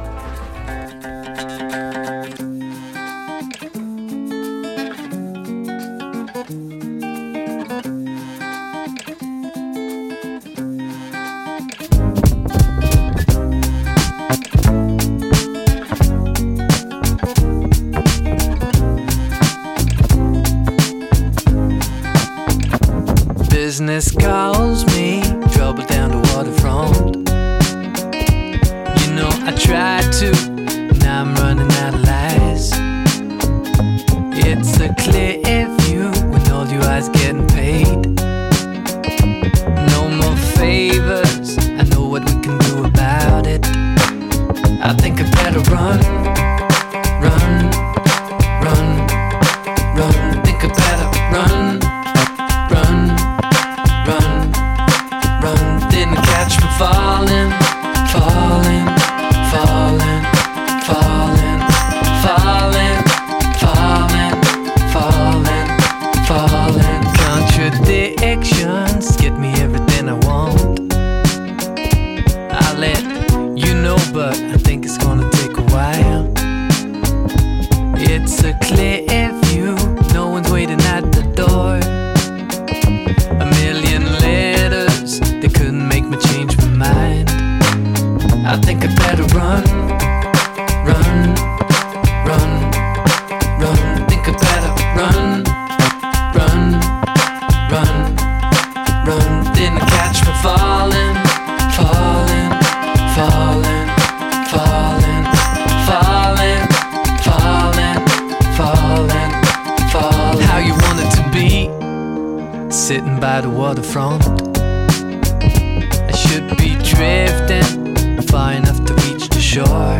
Business calls me, trouble down the waterfront. You know I tried to, now I'm running out of lies. It's a clear view with all you eyes getting paid. No more favors, I know what we can do about it. I think I better run, run, run, run. Think I better run, run. Run, run, didn't catch me falling, falling, falling, falling, falling, falling, falling, falling. Contradictions get me everything I want. I'll let you know, but I think it's gonna take a while. It's a clear view, no one's waiting at the door. A million letters, they couldn't make me change my mind. I think I better run, run, run, run. Think I better run, run, run, run. Didn't catch me falling, falling, falling, falling, falling, falling, falling, falling. How you want it to be? Sitting by the waterfront, I should be drifting far enough to reach the shore.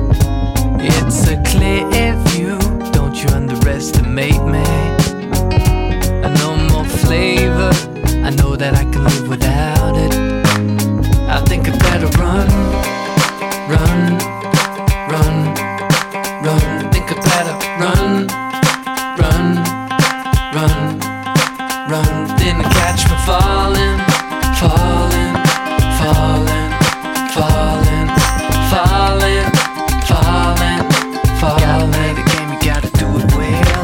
It's a clear view, don't you underestimate me. run, run, run, run. Didn't catch me falling, falling, falling, falling, falling, falling, falling. Gotta play the game, you gotta do it well.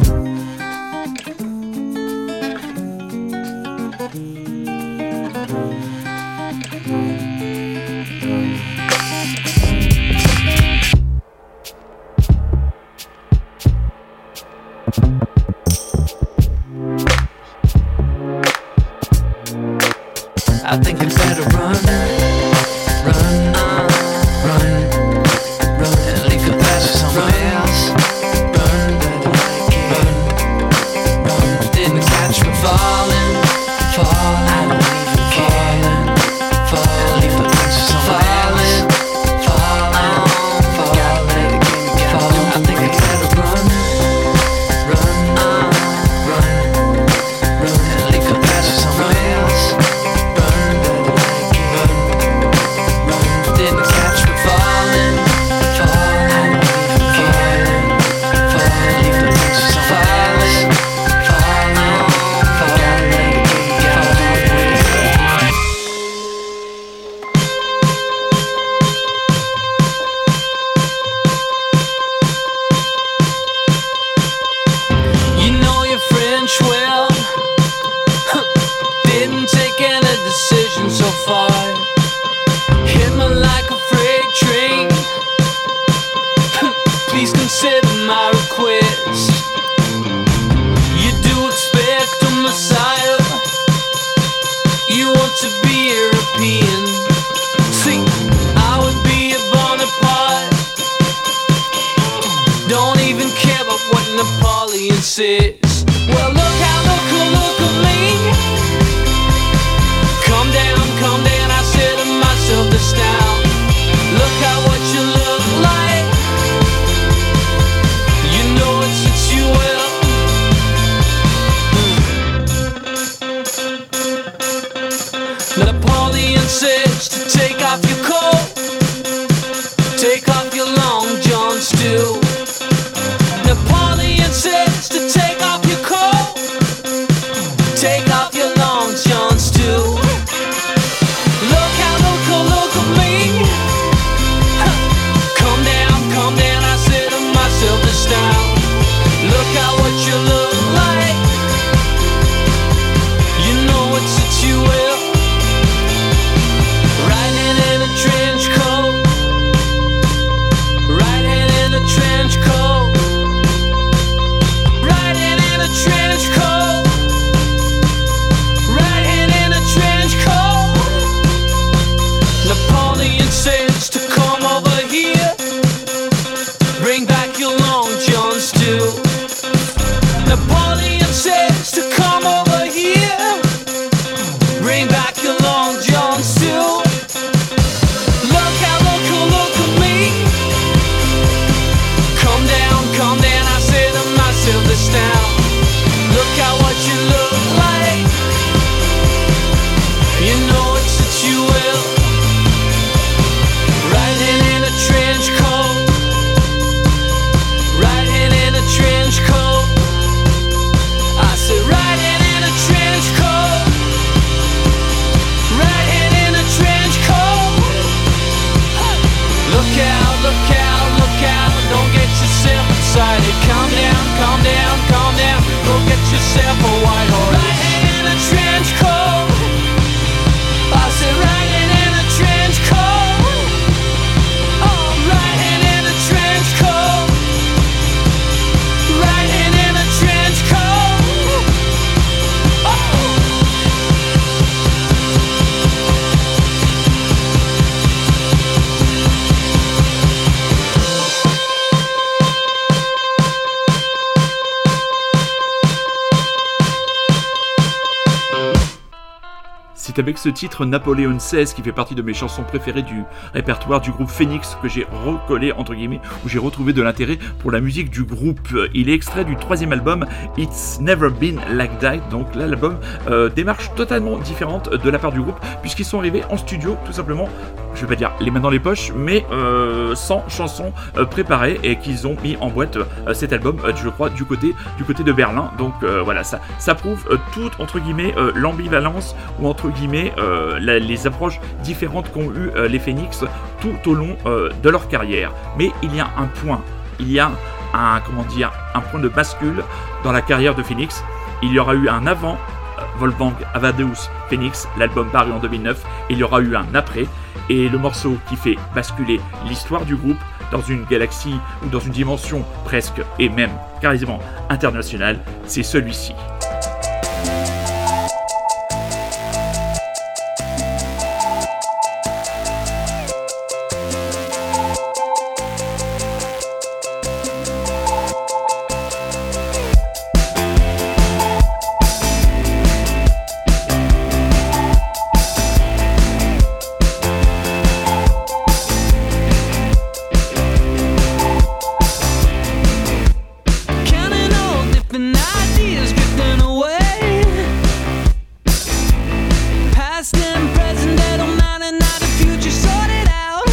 I think I'd better run, run, uh, run, run, and leave the past for somebody else. Run, run, run. Didn't catch me falling, falling, falling, falling, and leave the past for somebody else. Falling, falling, falling. I think I'd better run, run, uh, run, run, and leave the past for somebody else. Didn't catch me falling, falling, falling, falling. Leave the pictures on falling, falling, falling, falling. You know your French well. Didn't take any decision so far. Hit me like a freight train. Please consider my request. You do expect a Messiah. You want to be European. See, I would be a Bonaparte. Don't even care about what Napoleon says. Well, look how, look, look at me. Calm down, calm down, I said to myself this down. Look at what you look like. You know it suits you well. Napoleon says to take off your coat, take off your long johns too. Napoleon says to take off your coat, take off your long johns too. Look out, look, oh, look at me. Huh. Calm down, calm down, I said to myself this time. Look at what you look like. You know it suits you well. Riding in a trench coat, riding in a trench coat, riding in a trench coat, riding in a trench coat. Napoleon says to come over here, bring back your long johns too. Napoleon says to come over here, bring back your long johns too. Look out, look, oh, look at me. Calm down, calm down, I said to myself this down. Look at what you look like. You know it suits you well. Riding in a trench coat, riding in a trench coat. I said riding in a trench coat, riding in a trench coat. Look out, look out, look out, don't get yourself excited. Calm down, calm down, calm down, go get yourself a white horse. Riding in a trench coat, I said riding in a trench coat. Oh, riding in a trench coat, riding in a trench coat. Oh. C'est avec ce titre Napoléon seize qui fait partie de mes chansons préférées du répertoire du groupe Phoenix que j'ai recollé entre guillemets, où j'ai retrouvé de l'intérêt pour la musique du groupe. Il est extrait du troisième album It's Never Been Like That. Donc là l'album euh, démarche totalement différente de la part du groupe puisqu'ils sont arrivés en studio tout simplement je vais pas dire les mains dans les poches, mais euh, sans chansons euh, préparées et qu'ils ont mis en boîte euh, cet album, euh, je crois, du côté, du côté de Berlin. Donc euh, voilà, ça, ça prouve euh, toute, entre guillemets, euh, l'ambivalence ou entre guillemets euh, la, les approches différentes qu'ont eu euh, les Phoenix tout au long euh, de leur carrière. Mais il y a un point, il y a un, comment dire, un point de bascule dans la carrière de Phoenix. Il y aura eu un avant euh, Wolfgang Amadeus Phoenix, l'album paru en deux mille neuf, et il y aura eu un après. Et le morceau qui fait basculer l'histoire du groupe dans une galaxie ou dans une dimension presque et même carrément internationale, c'est celui-ci. Counting all different ideas drifting away. Past and present, they don't matter now, the future sorted out.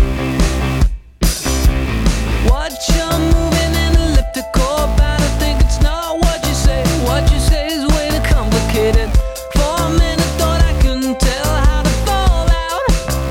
Watch you moving in elliptical, but I think it's not what you say. What you say is way too complicated. For a minute, thought I couldn't tell how to fall out.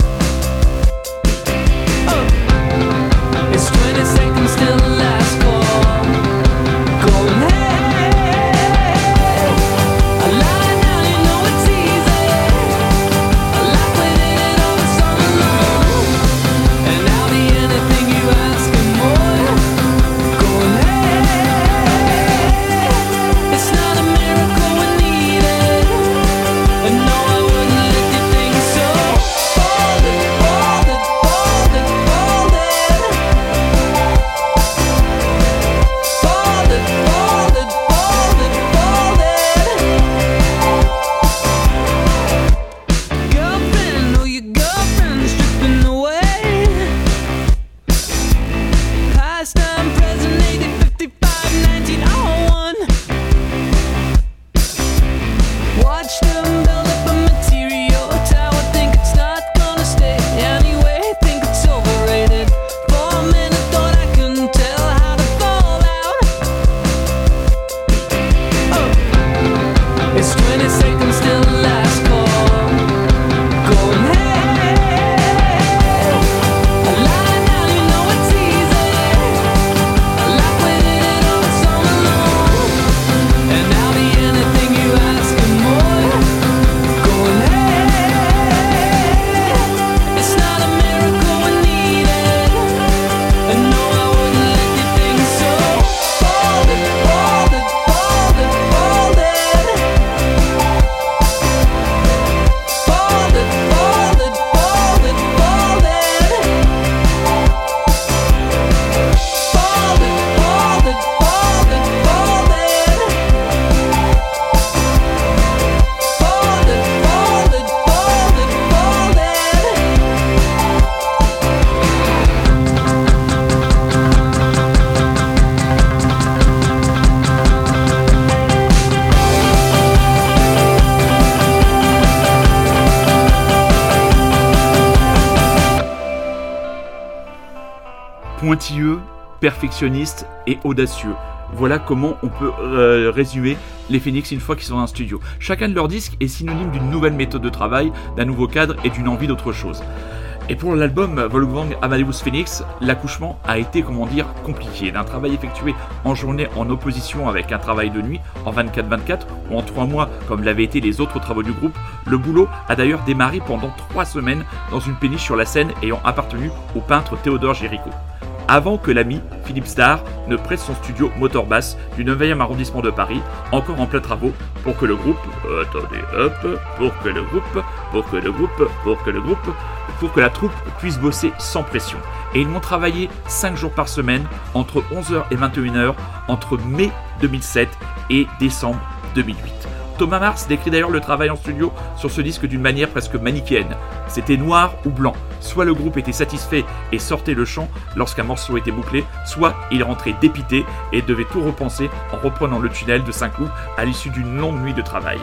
Oh, it's twenty seconds till the last call. Going hey, I lie now, you know it's easy. I like when it all sung along, and I'll be anything you ask and more. Going hey, it's not a miracle we need it, and no, I wouldn't let you think so. Fold it, fold it, fold it, fold it. Fold it, fold it, fold it, fold it. Girlfriend, oh your girlfriend's stripping away. Past time, present, eighty, fifty-five, nineteen oh one. Watch them build up a material tower, think it's not gonna stay. Anyway, think it's overrated. For a minute, thought I couldn't tell how to fall out. Oh, it's twenty seconds till the last call. Going hey, I lie now, you know it's easy. I like when it all sung along, and I'll be anything you ask and more. Going hey, it's not a miracle we need it, and no, I wouldn't let you think so. Fold it, fold it, fold it, fold it. Fold it, fold it, fold it, fold it. Fold it, fold it, fold it, fold it. Fold it, fold it, fold it, fold it. Pointilleux, perfectionniste et audacieux. Voilà comment on peut euh, résumer les Phoenix une fois qu'ils sont dans un studio. Chacun de leurs disques est synonyme d'une nouvelle méthode de travail, d'un nouveau cadre et d'une envie d'autre chose. Et pour l'album Wolfgang Amadeus Phoenix, l'accouchement a été, comment dire, compliqué. D'un travail effectué en journée en opposition avec un travail de nuit en vingt-quatre vingt-quatre ou en trois mois comme l'avaient été les autres travaux du groupe, le boulot a d'ailleurs démarré pendant trois semaines dans une péniche sur la Seine ayant appartenu au peintre Théodore Géricault. Avant que l'ami Philippe Starr ne prête son studio Motorbass du neuvième arrondissement de Paris, encore en plein travaux, pour que le groupe, euh, attendez, hop, pour que le groupe, pour que le groupe, pour que le groupe, pour que la troupe puisse bosser sans pression. Et ils m'ont travaillé cinq jours par semaine, entre onze heures et vingt et une heures, entre mai deux mille sept et décembre deux mille huit. Thomas Mars décrit d'ailleurs le travail en studio sur ce disque d'une manière presque manichéenne. C'était noir ou blanc. Soit le groupe était satisfait et sortait le chant lorsqu'un morceau était bouclé, soit il rentrait dépité et devait tout repenser en reprenant le tunnel de Saint-Cloud à l'issue d'une longue nuit de travail.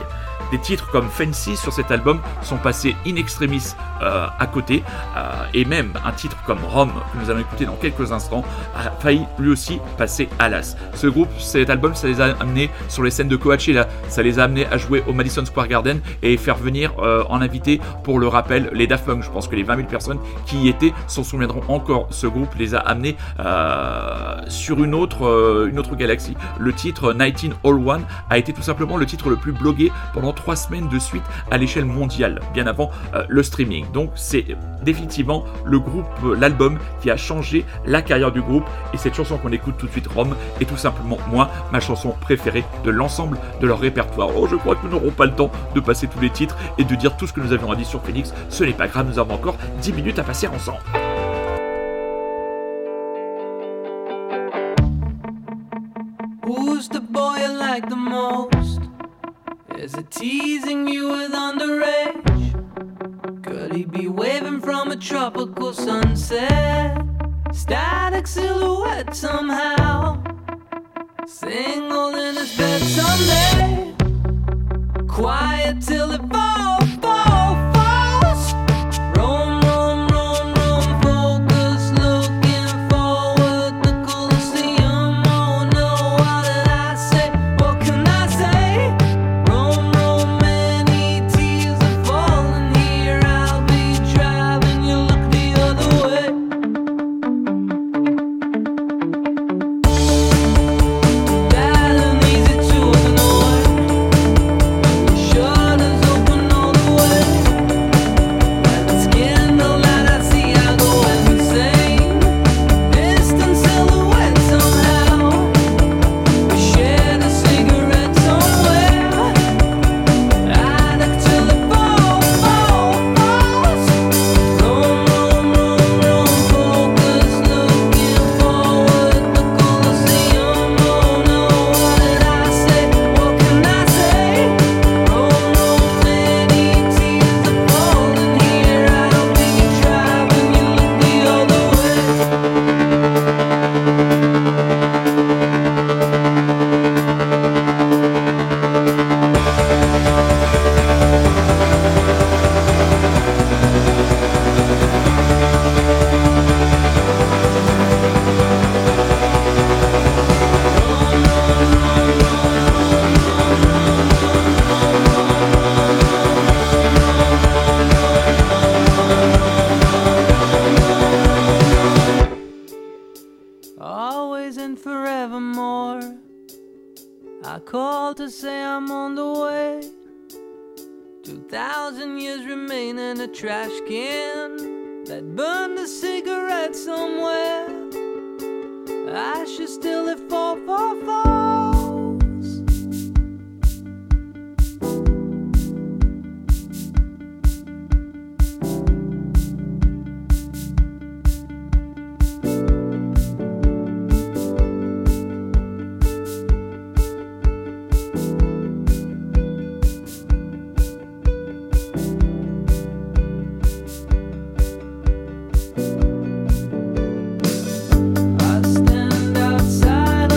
des titres comme Fancy sur cet album sont passés in extremis euh, à côté, euh, et même un titre comme Rome, que nous allons écouter dans quelques instants, a failli lui aussi passer à l'as. Ce groupe, cet album, ça les a amenés sur les scènes de Coachella, ça les a amenés à jouer au Madison Square Garden et faire venir euh, en invité, pour le rappel, les Daft Punk. Je pense que les vingt mille personnes qui y étaient s'en souviendront encore. Ce groupe les a amenés euh, sur une autre, euh, une autre galaxie. Le titre dix-neuf oh one a été tout simplement le titre le plus blogué pendant trois semaines de suite à l'échelle mondiale, bien avant euh, le streaming. Donc c'est définitivement le groupe, l'album qui a changé la carrière du groupe, et cette chanson qu'on écoute tout de suite, Rome, est tout simplement, moi, ma chanson préférée de l'ensemble de leur répertoire. Oh, je crois que nous n'aurons pas le temps de passer tous les titres et de dire tout ce que nous avions à dire sur Phoenix. Ce n'est pas grave, nous avons encore dix minutes à passer ensemble. Who's the boy you like the most? Is it teasing you with underage? Could he be waving from a tropical sunset? Static silhouette somehow, single in his bed someday. Quiet till it falls, falls, falls. Roam, roam, roam, roam, focus, looking forward. The Colosseum, oh no, what did I say? What can I say? Roam, roam, many tears are falling here. I'll be driving you, look the other way. Dialing easy to ignore. Shutters open all the way. Like the candlelight I see, I go insane. Distant silhouette somehow. We shared a cigarette somewhere. Addict till it falls, falls, falls. Roam, roam, roam, roam, focus, looking forward. The Colosseum, oh no, what did I say? What can I say? Roam, roam, many tears are falling here. I'll be driving you, look the other way. Always and forevermore. I call to say I'm on the way. Two thousand years remain in a trash can that burned a cigarette somewhere. Ashes till it fall, fall, falls. I stand outside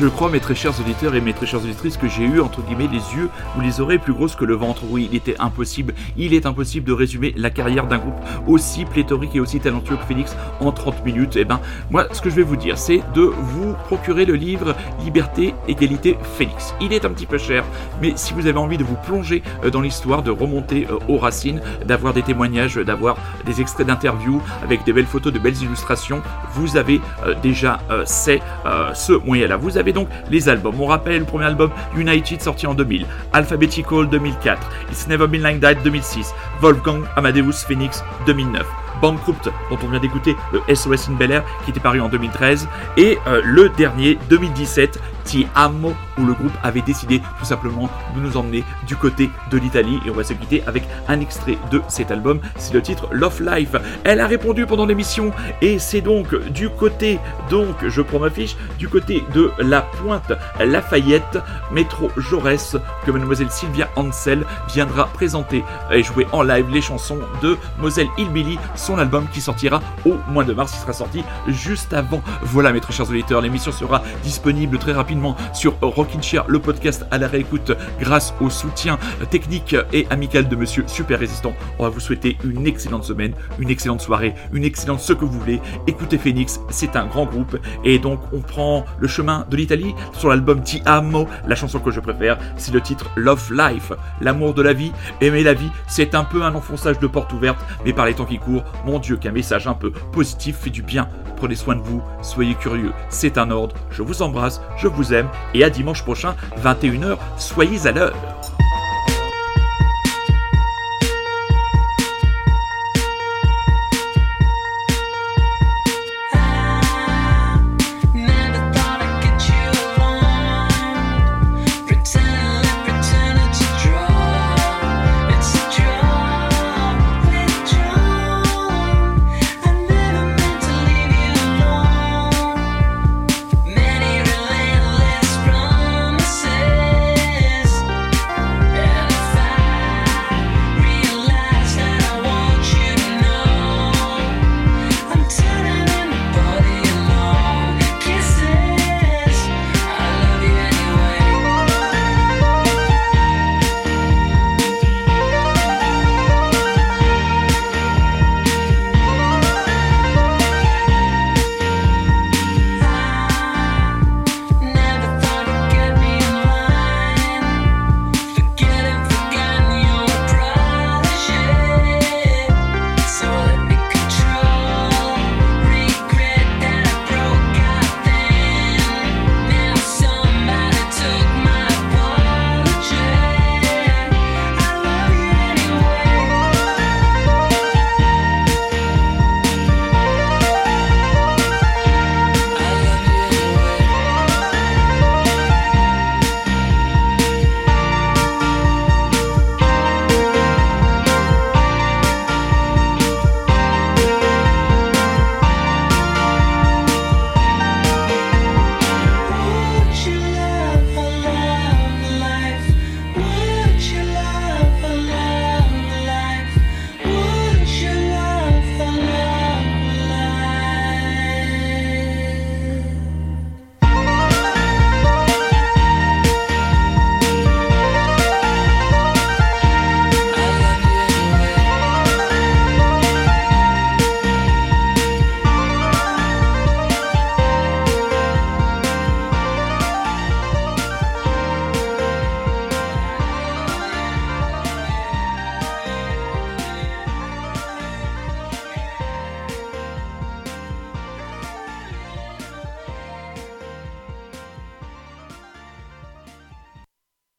Je crois, mes très chers auditeurs et mes très chères auditrices, que j'ai eu, entre guillemets, les yeux ou les oreilles plus grosses que le ventre. Oui, il était impossible, il est impossible de résumer la carrière d'un groupe aussi pléthorique et aussi talentueux que Phoenix en trente minutes. Et ben, moi, ce que je vais vous dire, c'est de vous procurer le livre Liberté, Égalité, Phoenix. Il est un petit peu cher, mais si vous avez envie de vous plonger dans l'histoire, de remonter aux racines, d'avoir des témoignages, d'avoir des extraits d'interviews avec des belles photos, de belles illustrations, vous avez euh, déjà euh, c'est euh, ce moyen-là. Vous avez donc les albums. On rappelle le premier album United sorti en deux mille, Alphabetical deux mille quatre, It's Never Been Like That deux mille six, Wolfgang Amadeus Phoenix deux mille neuf, Bankrupt, dont on vient d'écouter le S O S in Bel Air, qui était paru en deux mille treize, et euh, le dernier, deux mille dix-sept, Ti Amo, où le groupe avait décidé tout simplement de nous emmener du côté de l'Italie, et on va se quitter avec un extrait de cet album, c'est le titre Love Life. Elle a répondu pendant l'émission, et c'est donc du côté, donc je prends ma fiche, du côté de la Pointe Lafayette, métro Jaurès, que mademoiselle Sylvia Ansel viendra présenter et jouer en live les chansons de Moselle Hillbilly, son album qui sortira au mois de mars, qui sera sorti juste avant. Voilà mes très chers auditeurs, l'émission sera disponible très rapidement sur Rockin' Chair, le podcast à la réécoute grâce au soutien technique et amical de Monsieur Super Résistant. On va vous souhaiter une excellente semaine, une excellente soirée, une excellente ce que vous voulez. Écoutez Phoenix, c'est un grand groupe et donc on prend le chemin de l'Italie sur l'album Ti Amo. La chanson que je préfère, c'est le titre Love Life, l'amour de la vie, aimer la vie. C'est un peu un enfonçage de porte ouverte, mais par les temps qui courent, mon Dieu, qu'un message un peu positif fait du bien. Prenez soin de vous, soyez curieux, c'est un ordre. Je vous embrasse, je vous aime et à dimanche prochain, vingt et une heures, soyez à l'heure.